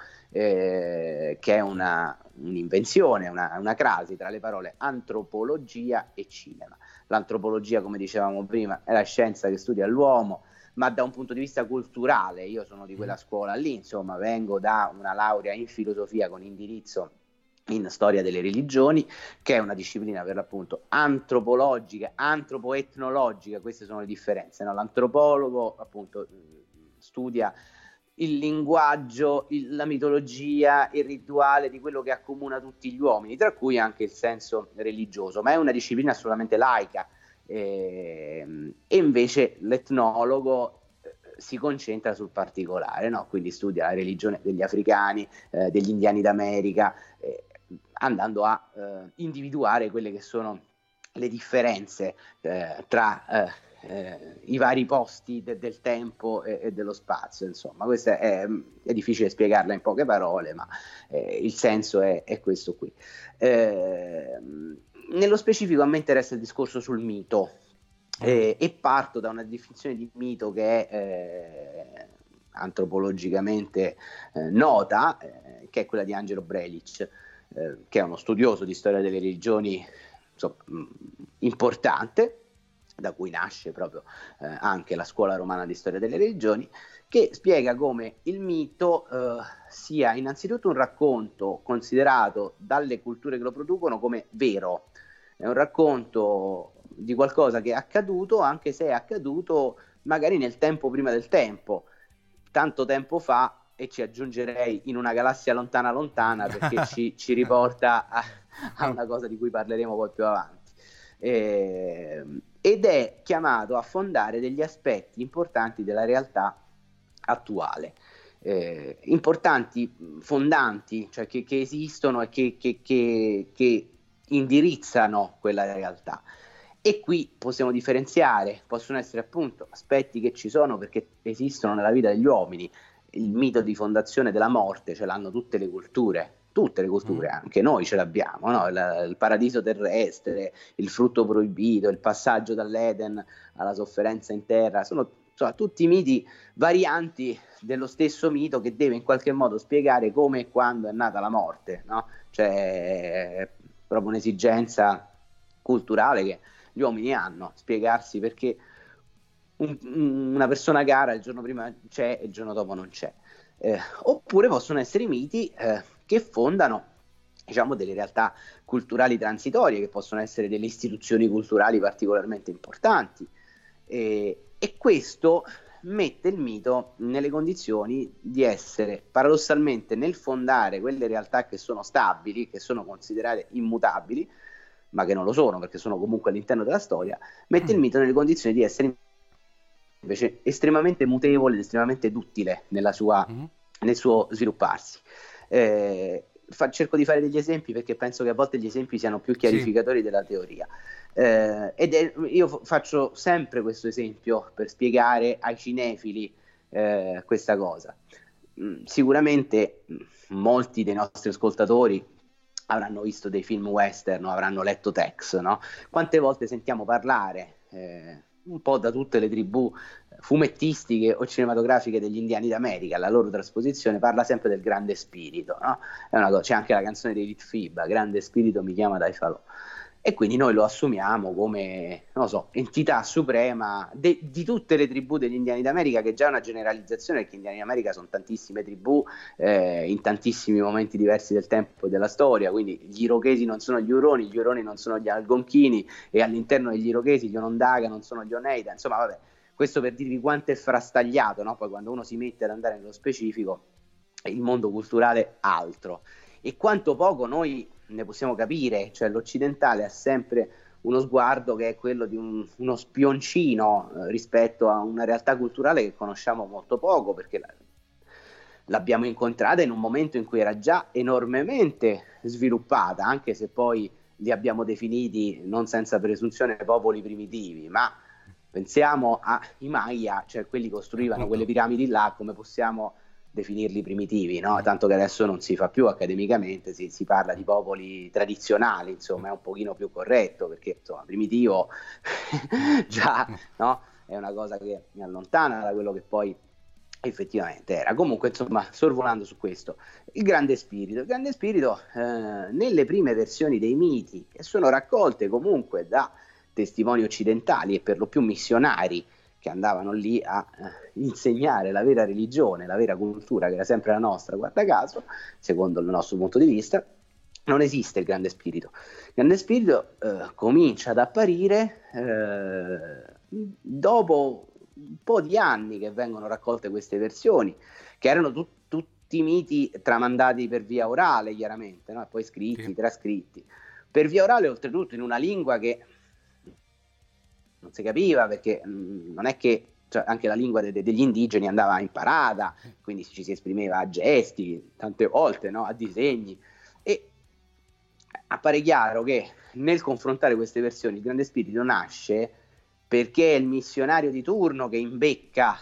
che è un'invenzione, una crasi tra le parole antropologia e cinema. L'antropologia, come dicevamo prima, è la scienza che studia l'uomo, ma da un punto di vista culturale, io sono di quella scuola lì, insomma, vengo da una laurea in filosofia con indirizzo in storia delle religioni, che è una disciplina per l'appunto antropologica, antropoetnologica, queste sono le differenze, no? L'antropologo appunto studia il linguaggio, la mitologia, il rituale di quello che accomuna tutti gli uomini, tra cui anche il senso religioso, ma è una disciplina assolutamente laica, e invece l'etnologo si concentra sul particolare, no? Quindi studia la religione degli africani, degli indiani d'America, andando a individuare quelle che sono le differenze tra i vari posti del tempo e dello spazio. Insomma, questo è difficile spiegarla in poche parole, ma il senso è questo qui. Nello specifico a me interessa il discorso sul mito, e parto da una definizione di mito che è antropologicamente nota, che è quella di Angelo Brelic, che è uno studioso di storia delle religioni, insomma, importante, da cui nasce proprio anche la scuola romana di storia delle religioni, che spiega come il mito sia innanzitutto un racconto considerato dalle culture che lo producono come vero. È un racconto di qualcosa che è accaduto, anche se è accaduto magari nel tempo prima del tempo, tanto tempo fa, e ci aggiungerei in una galassia lontana lontana, perché ci riporta a una cosa di cui parleremo poi più avanti. Ed è chiamato a fondare degli aspetti importanti della realtà attuale, importanti, fondanti, cioè che esistono e che indirizzano quella realtà. E qui possiamo differenziare, possono essere appunto aspetti che ci sono perché esistono nella vita degli uomini. Il mito di fondazione della morte ce l'hanno tutte le culture, anche noi ce l'abbiamo, no? Il paradiso terrestre, il frutto proibito, il passaggio dall'Eden alla sofferenza in terra, sono tutti miti varianti dello stesso mito che deve in qualche modo spiegare come e quando è nata la morte, no? Cioè è proprio un'esigenza culturale che gli uomini hanno, spiegarsi perché una persona cara il giorno prima c'è e il giorno dopo non c'è. Oppure possono essere miti che fondano, diciamo, delle realtà culturali transitorie, che possono essere delle istituzioni culturali particolarmente importanti, e questo mette il mito nelle condizioni di essere, paradossalmente, nel fondare quelle realtà che sono stabili, che sono considerate immutabili, ma che non lo sono perché sono comunque all'interno della storia, mette il mito nelle condizioni di essere invece estremamente mutevole, estremamente duttile nel suo svilupparsi. Cerco di fare degli esempi perché penso che a volte gli esempi siano più chiarificatori della teoria. Io faccio sempre questo esempio per spiegare ai cinefili questa cosa. Sicuramente molti dei nostri ascoltatori avranno visto dei film western o avranno letto Tex, no? Quante volte sentiamo parlare un po' da tutte le tribù fumettistiche o cinematografiche degli indiani d'America, la loro trasposizione parla sempre del grande spirito, no? C'è anche la canzone di Litfiba, grande spirito mi chiama dai falò. E quindi noi lo assumiamo come, non lo so, entità suprema di tutte le tribù degli indiani d'America, che è già una generalizzazione, perché gli indiani d'America sono tantissime tribù in tantissimi momenti diversi del tempo e della storia, quindi gli Irochesi non sono gli Uroni non sono gli Algonchini, e all'interno degli Irochesi gli Onondaga non sono gli Oneida, insomma vabbè, questo per dirvi quanto è frastagliato, no? Poi quando uno si mette ad andare nello specifico, il mondo culturale altro, e quanto poco noi ne possiamo capire, cioè l'occidentale ha sempre uno sguardo che è quello di uno spioncino rispetto a una realtà culturale che conosciamo molto poco, perché l'abbiamo incontrata in un momento in cui era già enormemente sviluppata, anche se poi li abbiamo definiti, non senza presunzione, popoli primitivi, ma pensiamo ai Maya, cioè quelli costruivano quelle piramidi là, come possiamo definirli primitivi, no? Tanto che adesso non si fa più accademicamente, si parla di popoli tradizionali, insomma è un pochino più corretto, perché insomma primitivo già, no? È una cosa che mi allontana da quello che poi effettivamente era. Comunque insomma, sorvolando su questo, il grande spirito nelle prime versioni dei miti, che sono raccolte comunque da testimoni occidentali e per lo più missionari, che andavano lì a insegnare la vera religione, la vera cultura, che era sempre la nostra, guarda caso, secondo il nostro punto di vista, non esiste il grande spirito. Il grande spirito comincia ad apparire dopo un po' di anni che vengono raccolte queste versioni, che erano tutti miti tramandati per via orale, chiaramente, no? E poi scritti, trascritti. Per via orale, oltretutto, in una lingua che non si capiva, perché non è che, cioè, anche la lingua degli indigeni andava imparata, quindi ci si esprimeva a gesti tante volte, no? A disegni, e appare chiaro che nel confrontare queste versioni il grande spirito nasce perché è il missionario di turno che imbecca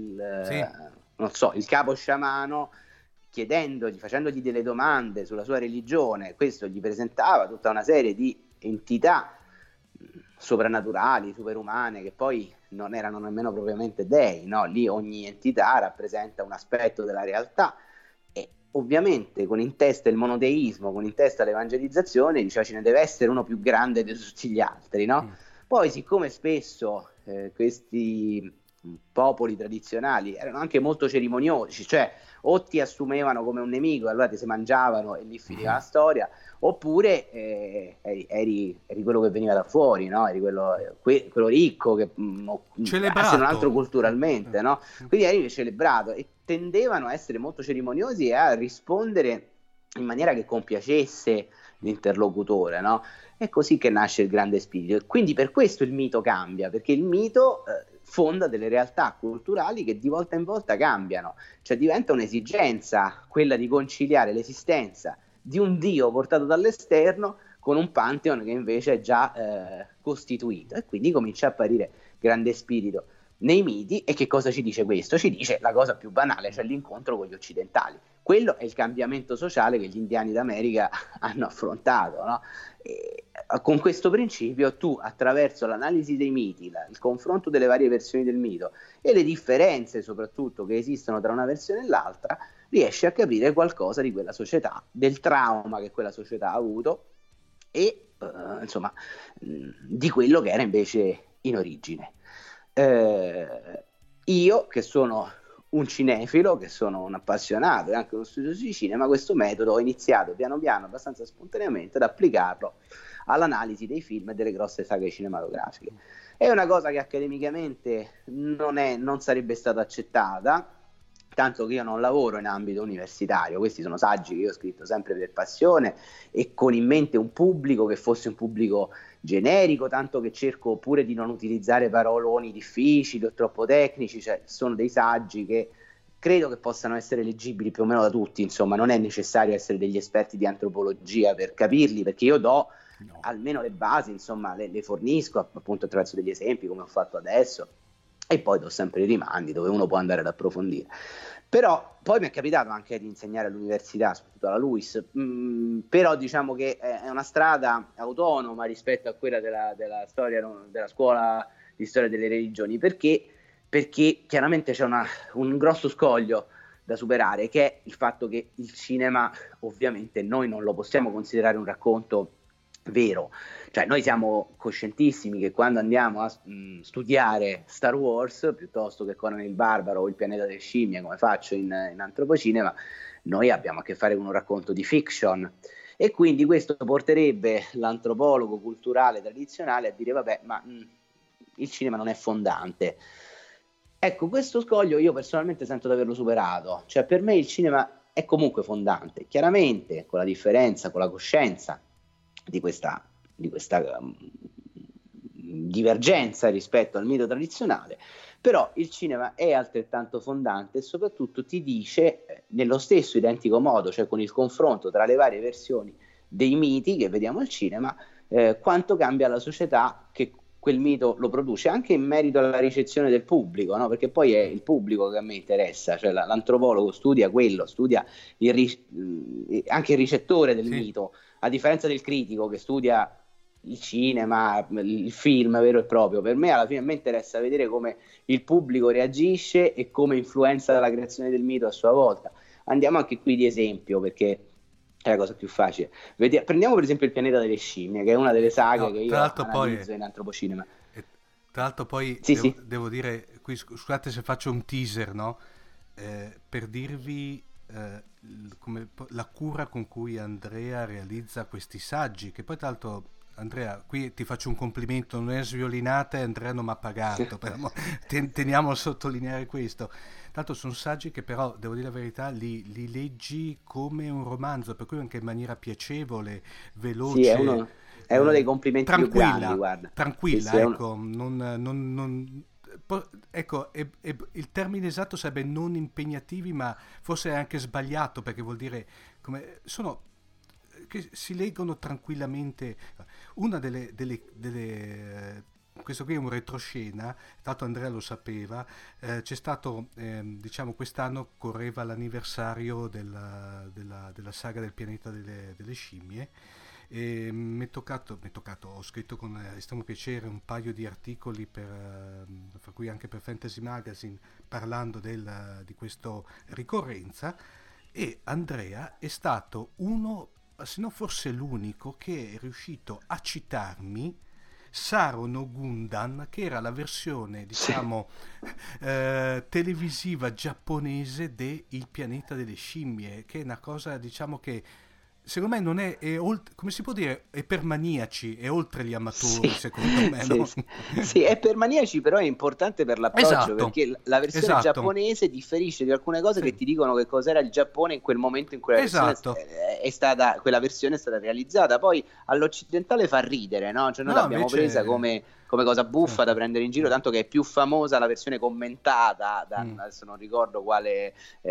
il capo sciamano, chiedendogli, facendogli delle domande sulla sua religione. Questo gli presentava tutta una serie di entità soprannaturali, superumane, che poi non erano nemmeno propriamente dei, no? Lì ogni entità rappresenta un aspetto della realtà, e ovviamente con in testa il monoteismo, con in testa l'evangelizzazione, diceva ce ne deve essere uno più grande di tutti gli altri, no? Poi siccome spesso questi popoli tradizionali erano anche molto cerimoniosi, cioè o ti assumevano come un nemico e allora ti si mangiavano e lì finiva la storia, oppure eri quello che veniva da fuori, no? Eri quello ricco che se non altro culturalmente, no? Quindi eri celebrato, e tendevano a essere molto cerimoniosi e a rispondere in maniera che compiacesse l'interlocutore, no? È così che nasce il grande spirito, e quindi per questo il mito cambia, perché il mito fonda delle realtà culturali che di volta in volta cambiano, cioè diventa un'esigenza quella di conciliare l'esistenza di un dio portato dall'esterno con un pantheon che invece è già costituito, e quindi comincia a apparire grande spirito nei miti. E che cosa ci dice questo? Ci dice la cosa più banale, cioè l'incontro con gli occidentali. Quello è il cambiamento sociale che gli indiani d'America hanno affrontato, no? E con questo principio tu, attraverso l'analisi dei miti, il confronto delle varie versioni del mito e le differenze soprattutto che esistono tra una versione e l'altra, riesci a capire qualcosa di quella società, del trauma che quella società ha avuto e insomma di quello che era invece in origine. Io, che sono un cinefilo, che sono un appassionato e anche uno studioso di cinema, questo metodo ho iniziato piano piano, abbastanza spontaneamente, ad applicarlo all'analisi dei film e delle grosse saghe cinematografiche. È una cosa che accademicamente non sarebbe stata accettata, tanto che io non lavoro in ambito universitario. Questi sono saggi che io ho scritto sempre per passione e con in mente un pubblico che fosse un pubblico generico, tanto che cerco pure di non utilizzare paroloni difficili o troppo tecnici, cioè sono dei saggi che credo che possano essere leggibili più o meno da tutti, insomma non è necessario essere degli esperti di antropologia per capirli, perché io do almeno le basi, insomma le fornisco appunto attraverso degli esempi come ho fatto adesso, e poi do sempre i rimandi dove uno può andare ad approfondire. Però poi mi è capitato anche di insegnare all'università, soprattutto alla LUIS, però diciamo che è una strada autonoma rispetto a quella della storia, della scuola di storia delle religioni, perché chiaramente c'è un grosso scoglio da superare, che è il fatto che il cinema ovviamente noi non lo possiamo considerare un racconto vero, cioè noi siamo coscientissimi che quando andiamo a studiare Star Wars piuttosto che Conan il Barbaro o il pianeta delle scimmie, come faccio in antropocinema, noi abbiamo a che fare con un racconto di fiction, e quindi questo porterebbe l'antropologo culturale tradizionale a dire vabbè, ma il cinema non è fondante. Ecco, questo scoglio io personalmente sento di averlo superato, cioè per me il cinema è comunque fondante, chiaramente con la differenza, con la coscienza di questa divergenza rispetto al mito tradizionale, però il cinema è altrettanto fondante e soprattutto ti dice nello stesso identico modo, cioè con il confronto tra le varie versioni dei miti che vediamo al cinema, quanto cambia la società che quel mito lo produce, anche in merito alla ricezione del pubblico, no? Perché poi è il pubblico che a me interessa, cioè l'antropologo studia quello, studia anche il ricettore del mito, a differenza del critico che studia il cinema, il film vero e proprio. Per me alla fine a me interessa vedere come il pubblico reagisce e come influenza la creazione del mito a sua volta. Andiamo anche qui di esempio, perché è la cosa più facile. Prendiamo per esempio il pianeta delle scimmie, che è una delle saghe che io analizzo in antropocinema. Tra l'altro poi devo dire, qui scusate se faccio un teaser, no? Per dirvi come la cura con cui Andrea realizza questi saggi, che poi tra l'altro Andrea, qui ti faccio un complimento, non è sviolinata e Andrea non mi ha pagato, però teniamo a sottolineare questo. Tanto sono saggi che però, devo dire la verità, li leggi come un romanzo, per cui anche in maniera piacevole, veloce. Sì, è uno dei complimenti più grandi, guarda. Tranquilla, sì, ecco, ecco, il termine esatto sarebbe non impegnativi, ma forse è anche sbagliato, perché vuol dire che si leggono tranquillamente. Una delle questo qui è un retroscena, tanto Andrea lo sapeva, c'è stato, diciamo quest'anno correva l'anniversario della saga del pianeta delle scimmie, e mi è toccato, ho scritto con estremo piacere un paio di articoli per cui anche per Fantasy Magazine, parlando di questa ricorrenza, e Andrea è stato uno, se non forse l'unico, che è riuscito a citarmi Saro no Gundam, che era la versione, diciamo, televisiva giapponese de Il pianeta delle scimmie, che è una cosa, diciamo, che secondo me non è come si può dire, è per maniaci, è oltre gli amatori, secondo me, no? Sì, è per maniaci, però è importante per l'approccio, perché la versione giapponese differisce di alcune cose che ti dicono che cos'era il Giappone in quel momento in cui quella versione è stata realizzata. Poi all'occidentale fa ridere, no? Cioè noi l'abbiamo presa come cosa buffa da prendere in giro, tanto che è più famosa la versione commentata adesso non ricordo quale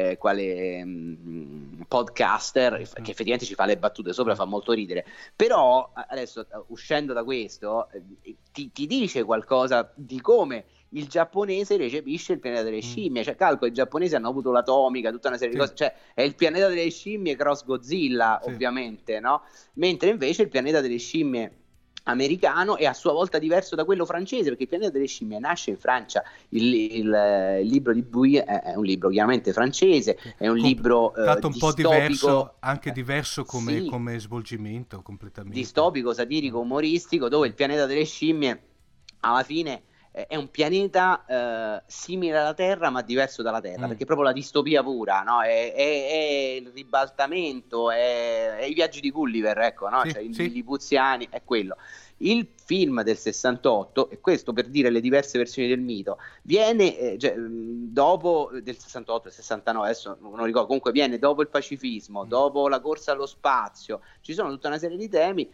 podcaster, che effettivamente ci fa le battute sopra, fa molto ridere. Però adesso, uscendo da questo, ti dice qualcosa di come il giapponese recepisce il pianeta delle scimmie. Cioè, calcolo, i giapponesi hanno avuto l'atomica, tutta una serie di cose, cioè è il pianeta delle scimmie cross Godzilla, ovviamente, no? Mentre invece il pianeta delle scimmie americano è a sua volta diverso da quello francese, perché il pianeta delle scimmie nasce in Francia. Il libro di Bouy è un libro chiaramente francese, è un libro un po' diverso, anche diverso come svolgimento, completamente distopico, satirico, umoristico, dove il pianeta delle scimmie alla fine è un pianeta simile alla Terra ma diverso dalla Terra, perché è proprio la distopia pura, no? È il ribaltamento, è i viaggi di Gulliver, ecco, no? Sì, Cioè, i sì. Lillipuziani, è quello. Il film del 68, e questo per dire le diverse versioni del mito, viene dopo del 68, del 69, adesso non ricordo, comunque viene dopo il pacifismo, dopo la corsa allo spazio, ci sono tutta una serie di temi,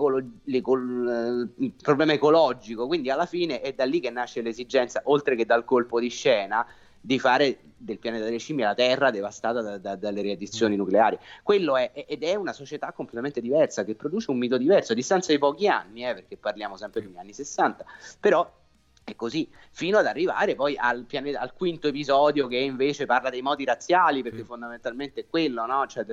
il problema ecologico, quindi alla fine è da lì che nasce l'esigenza, oltre che dal colpo di scena, di fare del pianeta delle scimmie la Terra devastata dalle riaddizioni nucleari. Quello ed è una società completamente diversa, che produce un mito diverso a distanza di pochi anni, perché parliamo sempre degli anni 60, però è così, fino ad arrivare poi al quinto episodio, che invece parla dei moti razziali, perché fondamentalmente è quello, no? Cioè,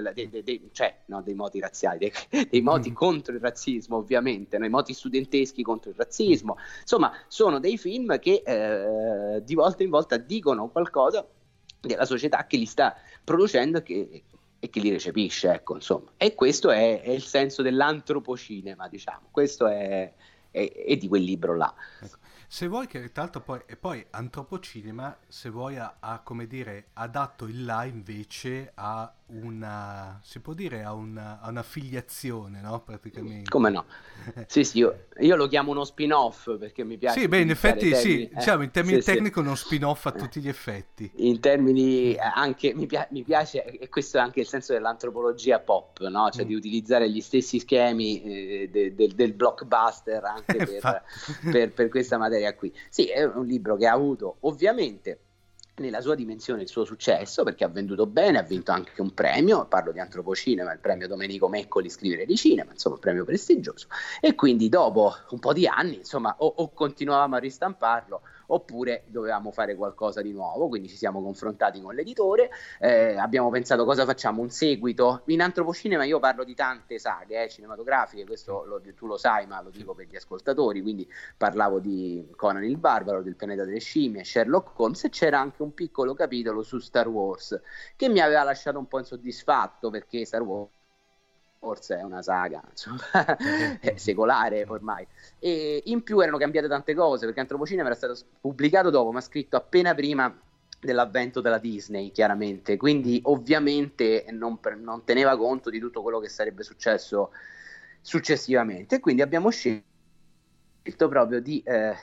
no, dei moti razziali, dei moti contro il razzismo, ovviamente, no? I moti studenteschi contro il razzismo. Insomma, sono dei film che di volta in volta dicono qualcosa della società che li sta producendo e che li recepisce, ecco, insomma. E questo è il senso dell'antropocinema, diciamo. Questo è di quel libro là. Ecco. Se vuoi, che tra l'altro poi Antropocinema, se vuoi ha come dire, ha dato il là invece a una, si può dire, a una filiazione, no? Praticamente. Come no? Sì, io lo chiamo uno spin-off, perché mi piace. Sì, beh, in effetti termini, sì, diciamo in termini sì, tecnici uno spin-off a tutti gli effetti. In termini anche, mi piace, e questo è anche il senso dell'antropologia pop, no? Cioè di utilizzare gli stessi schemi del blockbuster anche per questa materia qui. Sì, è un libro che ha avuto ovviamente nella sua dimensione il suo successo, perché ha venduto bene, ha vinto anche un premio, parlo di Antropocinema, il premio Domenico Meccoli Scrivere di Cinema, insomma un premio prestigioso, e quindi dopo un po' di anni, insomma, o continuavamo a ristamparlo oppure dovevamo fare qualcosa di nuovo, quindi ci siamo confrontati con l'editore, abbiamo pensato cosa facciamo, un seguito. In Antropocinema io parlo di tante saghe cinematografiche, questo tu lo sai, ma lo dico per gli ascoltatori, quindi parlavo di Conan il Barbaro, del pianeta delle scimmie, Sherlock Holmes, e c'era anche un piccolo capitolo su Star Wars che mi aveva lasciato un po' insoddisfatto, perché Star Wars forse è una saga, insomma, è secolare ormai, e in più erano cambiate tante cose, perché Antropocinema era stato pubblicato dopo, ma scritto appena prima dell'avvento della Disney, chiaramente, quindi ovviamente non teneva conto di tutto quello che sarebbe successo successivamente, e quindi abbiamo scelto proprio di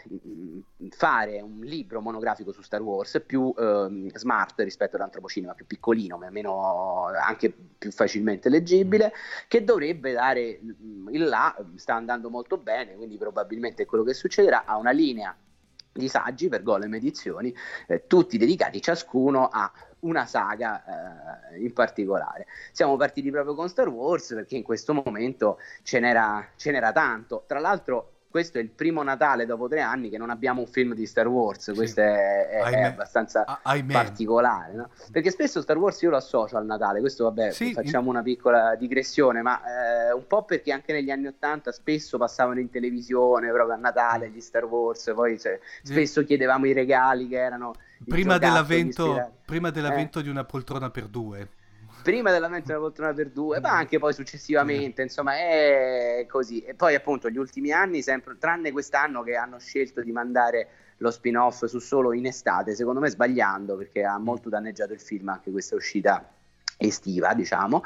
fare un libro monografico su Star Wars più smart rispetto all'Antropocinema, più piccolino, ma meno, anche più facilmente leggibile, che dovrebbe dare il là, sta andando molto bene, quindi probabilmente è quello che succederà, a una linea di saggi per Golem Edizioni, tutti dedicati ciascuno a una saga in particolare. Siamo partiti proprio con Star Wars perché in questo momento ce n'era tanto. Tra l'altro questo è il primo Natale dopo 3 anni che non abbiamo un film di Star Wars, questo è abbastanza particolare, no? Perché spesso Star Wars io lo associo al Natale, questo vabbè, facciamo una piccola digressione, ma un po' perché anche negli anni '80 spesso passavano in televisione proprio a Natale gli Star Wars, poi spesso chiedevamo i regali che erano prima dell'avvento di una poltrona per due. Prima dell'avvento della poltrona per due, ma anche poi successivamente, insomma è così. E poi appunto gli ultimi anni, sempre, tranne quest'anno che hanno scelto di mandare lo spin-off su solo in estate, secondo me sbagliando, perché ha molto danneggiato il film anche questa uscita estiva, diciamo.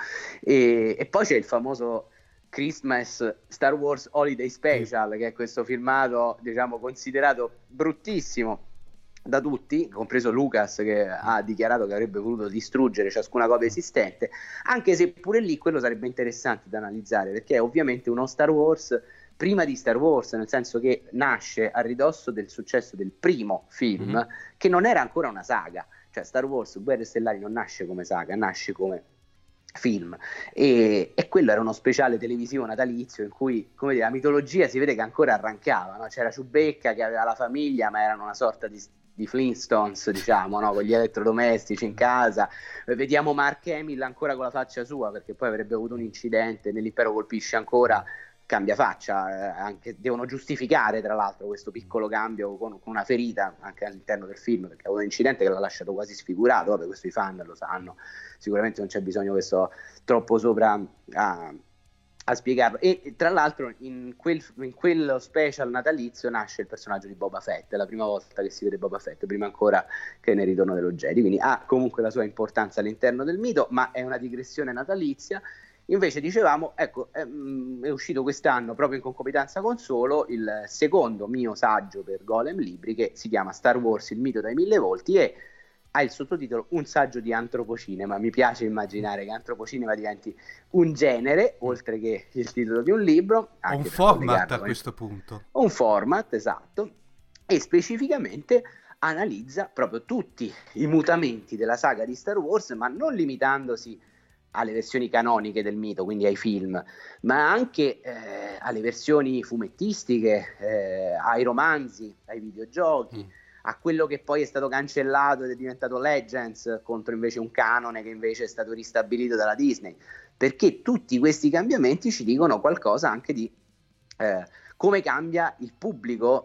E poi c'è il famoso Christmas Star Wars Holiday Special, che è questo filmato, diciamo, considerato bruttissimo da tutti, compreso Lucas, che ha dichiarato che avrebbe voluto distruggere ciascuna copia esistente, anche se pure lì quello sarebbe interessante da analizzare, perché è ovviamente uno Star Wars prima di Star Wars, nel senso che nasce a ridosso del successo del primo film, che non era ancora una saga, cioè Star Wars Guerre Stellari non nasce come saga, nasce come film, e quello era uno speciale televisivo natalizio in cui, come dire, la mitologia si vede che ancora arrancava, no? C'era Ciubecca che aveva la famiglia, ma erano una sorta di Flintstones, diciamo, no? Con gli elettrodomestici in casa. Vediamo Mark Hamill ancora con la faccia sua, perché poi avrebbe avuto un incidente, nell'impero colpisce ancora, cambia faccia, anche devono giustificare tra l'altro questo piccolo cambio con una ferita anche all'interno del film, perché ha avuto un incidente che l'ha lasciato quasi sfigurato. Vabbè, questo i fan lo sanno, sicuramente non c'è bisogno che sto troppo sopra a a spiegarlo. E tra l'altro in quello special natalizio nasce il personaggio di Boba Fett, è la prima volta che si vede Boba Fett, prima ancora che nel Ritorno dello Jedi, quindi ha comunque la sua importanza all'interno del mito, ma è una digressione natalizia. Invece dicevamo, ecco, è uscito quest'anno proprio in concomitanza con Solo il secondo mio saggio per Golem Libri, che si chiama Star Wars, il mito dai 1000 volti, e ha il sottotitolo Un saggio di antropocinema. Mi piace immaginare che antropocinema diventi un genere, oltre che il titolo di un libro. O un format a questo punto. Un format, esatto, e specificamente analizza proprio tutti i mutamenti della saga di Star Wars, ma non limitandosi alle versioni canoniche del mito, quindi ai film, ma anche alle versioni fumettistiche, ai romanzi, ai videogiochi, a quello che poi è stato cancellato ed è diventato Legends, contro invece un canone che invece è stato ristabilito dalla Disney, perché tutti questi cambiamenti ci dicono qualcosa anche di come cambia il pubblico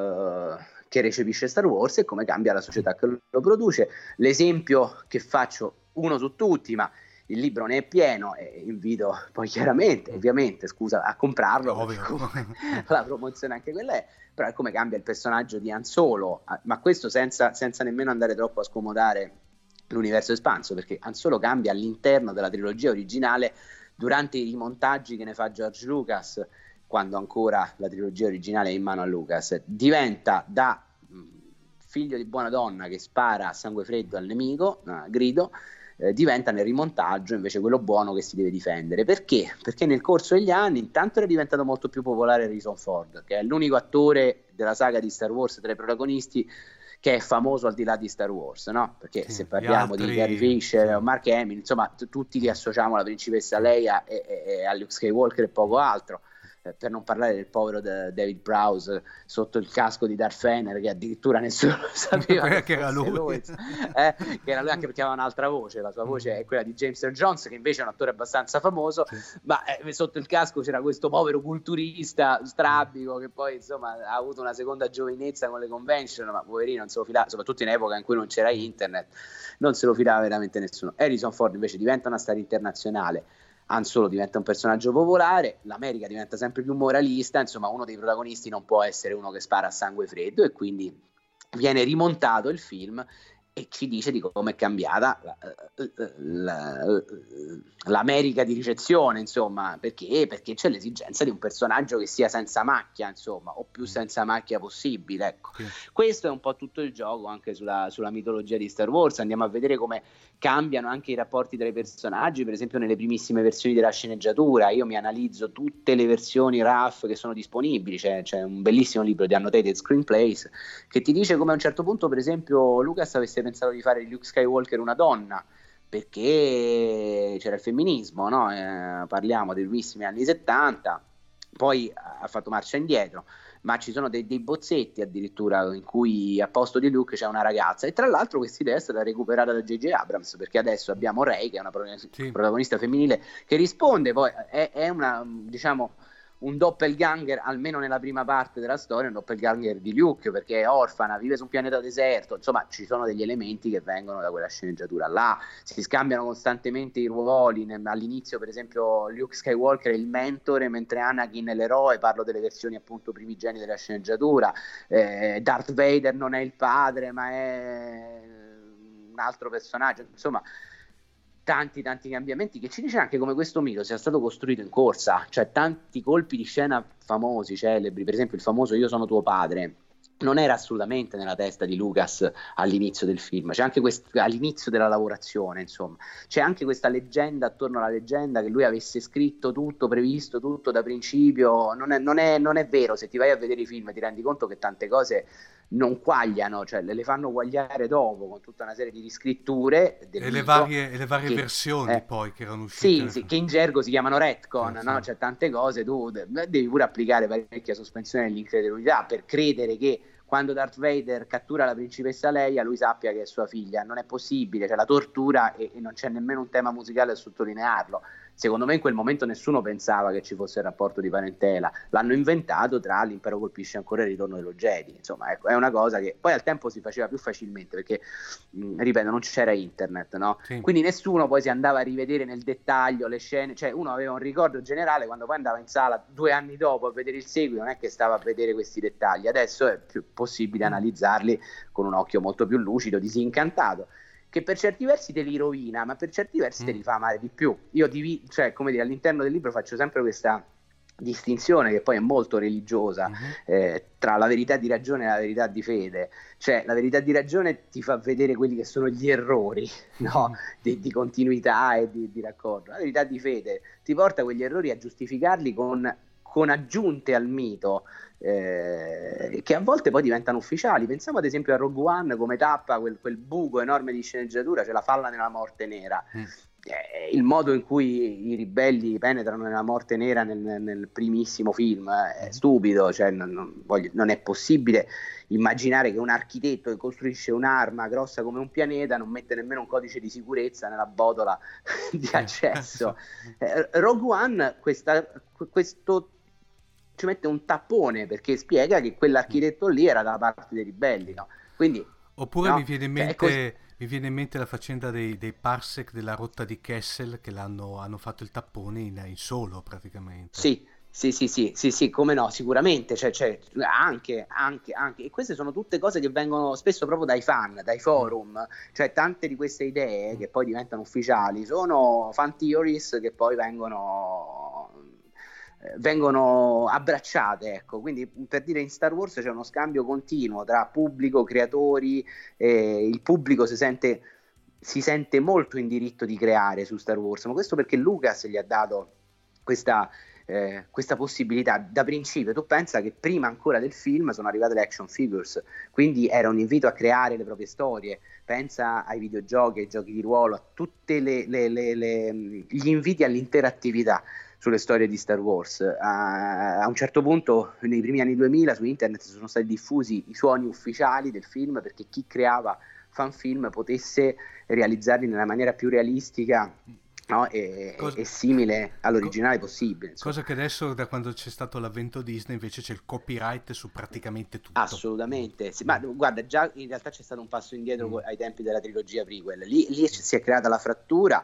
che recepisce Star Wars e come cambia la società che lo produce. L'esempio che faccio, uno su tutti, ma il libro ne è pieno e invito poi chiaramente, ovviamente, scusa, a comprarlo, la promozione anche quella è, però è come cambia il personaggio di Han Solo, ma questo senza nemmeno andare troppo a scomodare l'universo espanso, perché Han Solo cambia all'interno della trilogia originale durante i rimontaggi che ne fa George Lucas, quando ancora la trilogia originale è in mano a Lucas, diventa da figlio di buona donna che spara a sangue freddo al nemico, grido, diventa nel rimontaggio invece quello buono che si deve difendere. Perché? Perché nel corso degli anni intanto era diventato molto più popolare Harrison Ford, che è l'unico attore della saga di Star Wars tra i protagonisti che è famoso al di là di Star Wars, no? Perché sì, se parliamo altri, di Carrie Fisher, sì, Mark Hamill, insomma tutti li associamo alla principessa Leia e a Luke Skywalker e poco altro. Per non parlare del povero David Prowse sotto il casco di Darth Vader, che addirittura nessuno sapeva che era lui, che era lui, anche perché aveva un'altra voce, la sua voce è quella di James Earl Jones, che invece è un attore abbastanza famoso, sì, ma sotto il casco c'era questo povero culturista strabico che poi insomma ha avuto una seconda giovinezza con le convention, ma poverino non se lo filava, soprattutto in epoca in cui non c'era internet, non se lo filava veramente nessuno. Harrison Ford invece diventa una star internazionale, Han Solo diventa un personaggio popolare, l'America diventa sempre più moralista, insomma uno dei protagonisti non può essere uno che spara a sangue freddo, e quindi viene rimontato il film e ci dice di come è cambiata l'America di ricezione, insomma, perché c'è l'esigenza di un personaggio che sia senza macchia, insomma, o più senza macchia possibile, ecco. Sì. Questo è un po' tutto il gioco anche sulla mitologia di Star Wars. Andiamo a vedere come cambiano anche i rapporti tra i personaggi, per esempio nelle primissime versioni della sceneggiatura. Io mi analizzo tutte le versioni RAF che sono disponibili, c'è un bellissimo libro di Annotated Screenplays che ti dice come a un certo punto, per esempio, Lucas avesse pensato di fare di Luke Skywalker una donna, perché c'era il femminismo, no? Parliamo dei primissimi anni 70, poi ha fatto marcia indietro, ma ci sono dei bozzetti addirittura in cui a posto di Luke c'è una ragazza, e tra l'altro questa idea è stata recuperata da J.J. Abrams, perché adesso abbiamo Rey, che è una protagonista femminile che risponde, poi è una, diciamo, un doppelganger, almeno nella prima parte della storia, un doppelganger di Luke, perché è orfana, vive su un pianeta deserto, insomma ci sono degli elementi che vengono da quella sceneggiatura là, si scambiano costantemente i ruoli. All'inizio per esempio Luke Skywalker è il mentore, mentre Anakin è l'eroe, parlo delle versioni appunto primigenie della sceneggiatura, Darth Vader non è il padre ma è un altro personaggio, insomma tanti cambiamenti, che ci dice anche come questo mito sia stato costruito in corsa, cioè tanti colpi di scena famosi, celebri, per esempio il famoso "io sono tuo padre" non era assolutamente nella testa di Lucas all'inizio del film, c'è anche all'inizio della lavorazione, insomma c'è anche questa leggenda attorno alla leggenda che lui avesse scritto tutto, previsto tutto da principio. Non è vero. Se ti vai a vedere i film ti rendi conto che tante cose non quagliano, cioè le fanno quagliare dopo con tutta una serie di riscritture e le varie versioni poi che erano uscite, sì, che in gergo si chiamano retcon, no? Cioè tante cose tu devi pure applicare parecchia sospensione dell'incredulità per credere che quando Darth Vader cattura la principessa Leia lui sappia che è sua figlia. Non è possibile, c'è la tortura e non c'è nemmeno un tema musicale a sottolinearlo. secondo me in quel momento nessuno pensava che ci fosse il rapporto di parentela, l'hanno inventato tra L'impero colpisce ancora il ritorno dello Jedi, insomma ecco, è una cosa che poi al tempo si faceva più facilmente perché, ripeto, non c'era internet, no? Sì. Quindi nessuno poi si andava a rivedere nel dettaglio le scene, cioè uno aveva un ricordo generale, quando poi andava in sala 2 anni dopo a vedere il seguito non è che stava a vedere questi dettagli, adesso è più possibile analizzarli con un occhio molto più lucido, disincantato, che per certi versi te li rovina, ma per certi versi te li fa amare di più. Io cioè, come dire, all'interno del libro faccio sempre questa distinzione che poi è molto religiosa tra la verità di ragione e la verità di fede. Cioè la verità di ragione ti fa vedere quelli che sono gli errori, no? di continuità e di raccordo. La verità di fede ti porta quegli errori a giustificarli con aggiunte al mito, che a volte poi diventano ufficiali. Pensiamo ad esempio a Rogue One, come tappa quel buco enorme di sceneggiatura, cioè la falla nella morte nera. Il modo in cui i ribelli penetrano nella morte nera nel primissimo film è stupido, cioè non è possibile immaginare che un architetto che costruisce un'arma grossa come un pianeta non mette nemmeno un codice di sicurezza nella botola di accesso. Rogue One questo ci mette un tappone perché spiega che quell'architetto lì era dalla parte dei ribelli, no? Quindi, oppure no? mi viene in mente la faccenda dei parsec della rotta di Kessel, che hanno fatto il tappone in solo praticamente. Sì, come no, sicuramente, cioè, anche, e queste sono tutte cose che vengono spesso proprio dai fan, dai forum, cioè tante di queste idee che poi diventano ufficiali sono fan theories che poi vengono abbracciate, ecco. Quindi per dire, in Star Wars c'è uno scambio continuo tra pubblico, creatori, il pubblico si sente molto in diritto di creare su Star Wars, ma questo perché Lucas gli ha dato questa possibilità da principio. Tu pensa che prima ancora del film sono arrivate le action figures, quindi era un invito a creare le proprie storie. Pensa ai videogiochi, ai giochi di ruolo, a tutti gli inviti all'interattività sulle storie di Star Wars. A un certo punto, nei primi anni 2000, su internet sono stati diffusi i suoni ufficiali del film perché chi creava fanfilm potesse realizzarli nella maniera più realistica, no? e simile all'originale possibile, insomma. Cosa che adesso, da quando c'è stato l'avvento Disney, invece c'è il copyright su praticamente tutto. Assolutamente, sì, ma guarda, già in realtà c'è stato un passo indietro ai tempi della trilogia prequel. Lì si è creata la frattura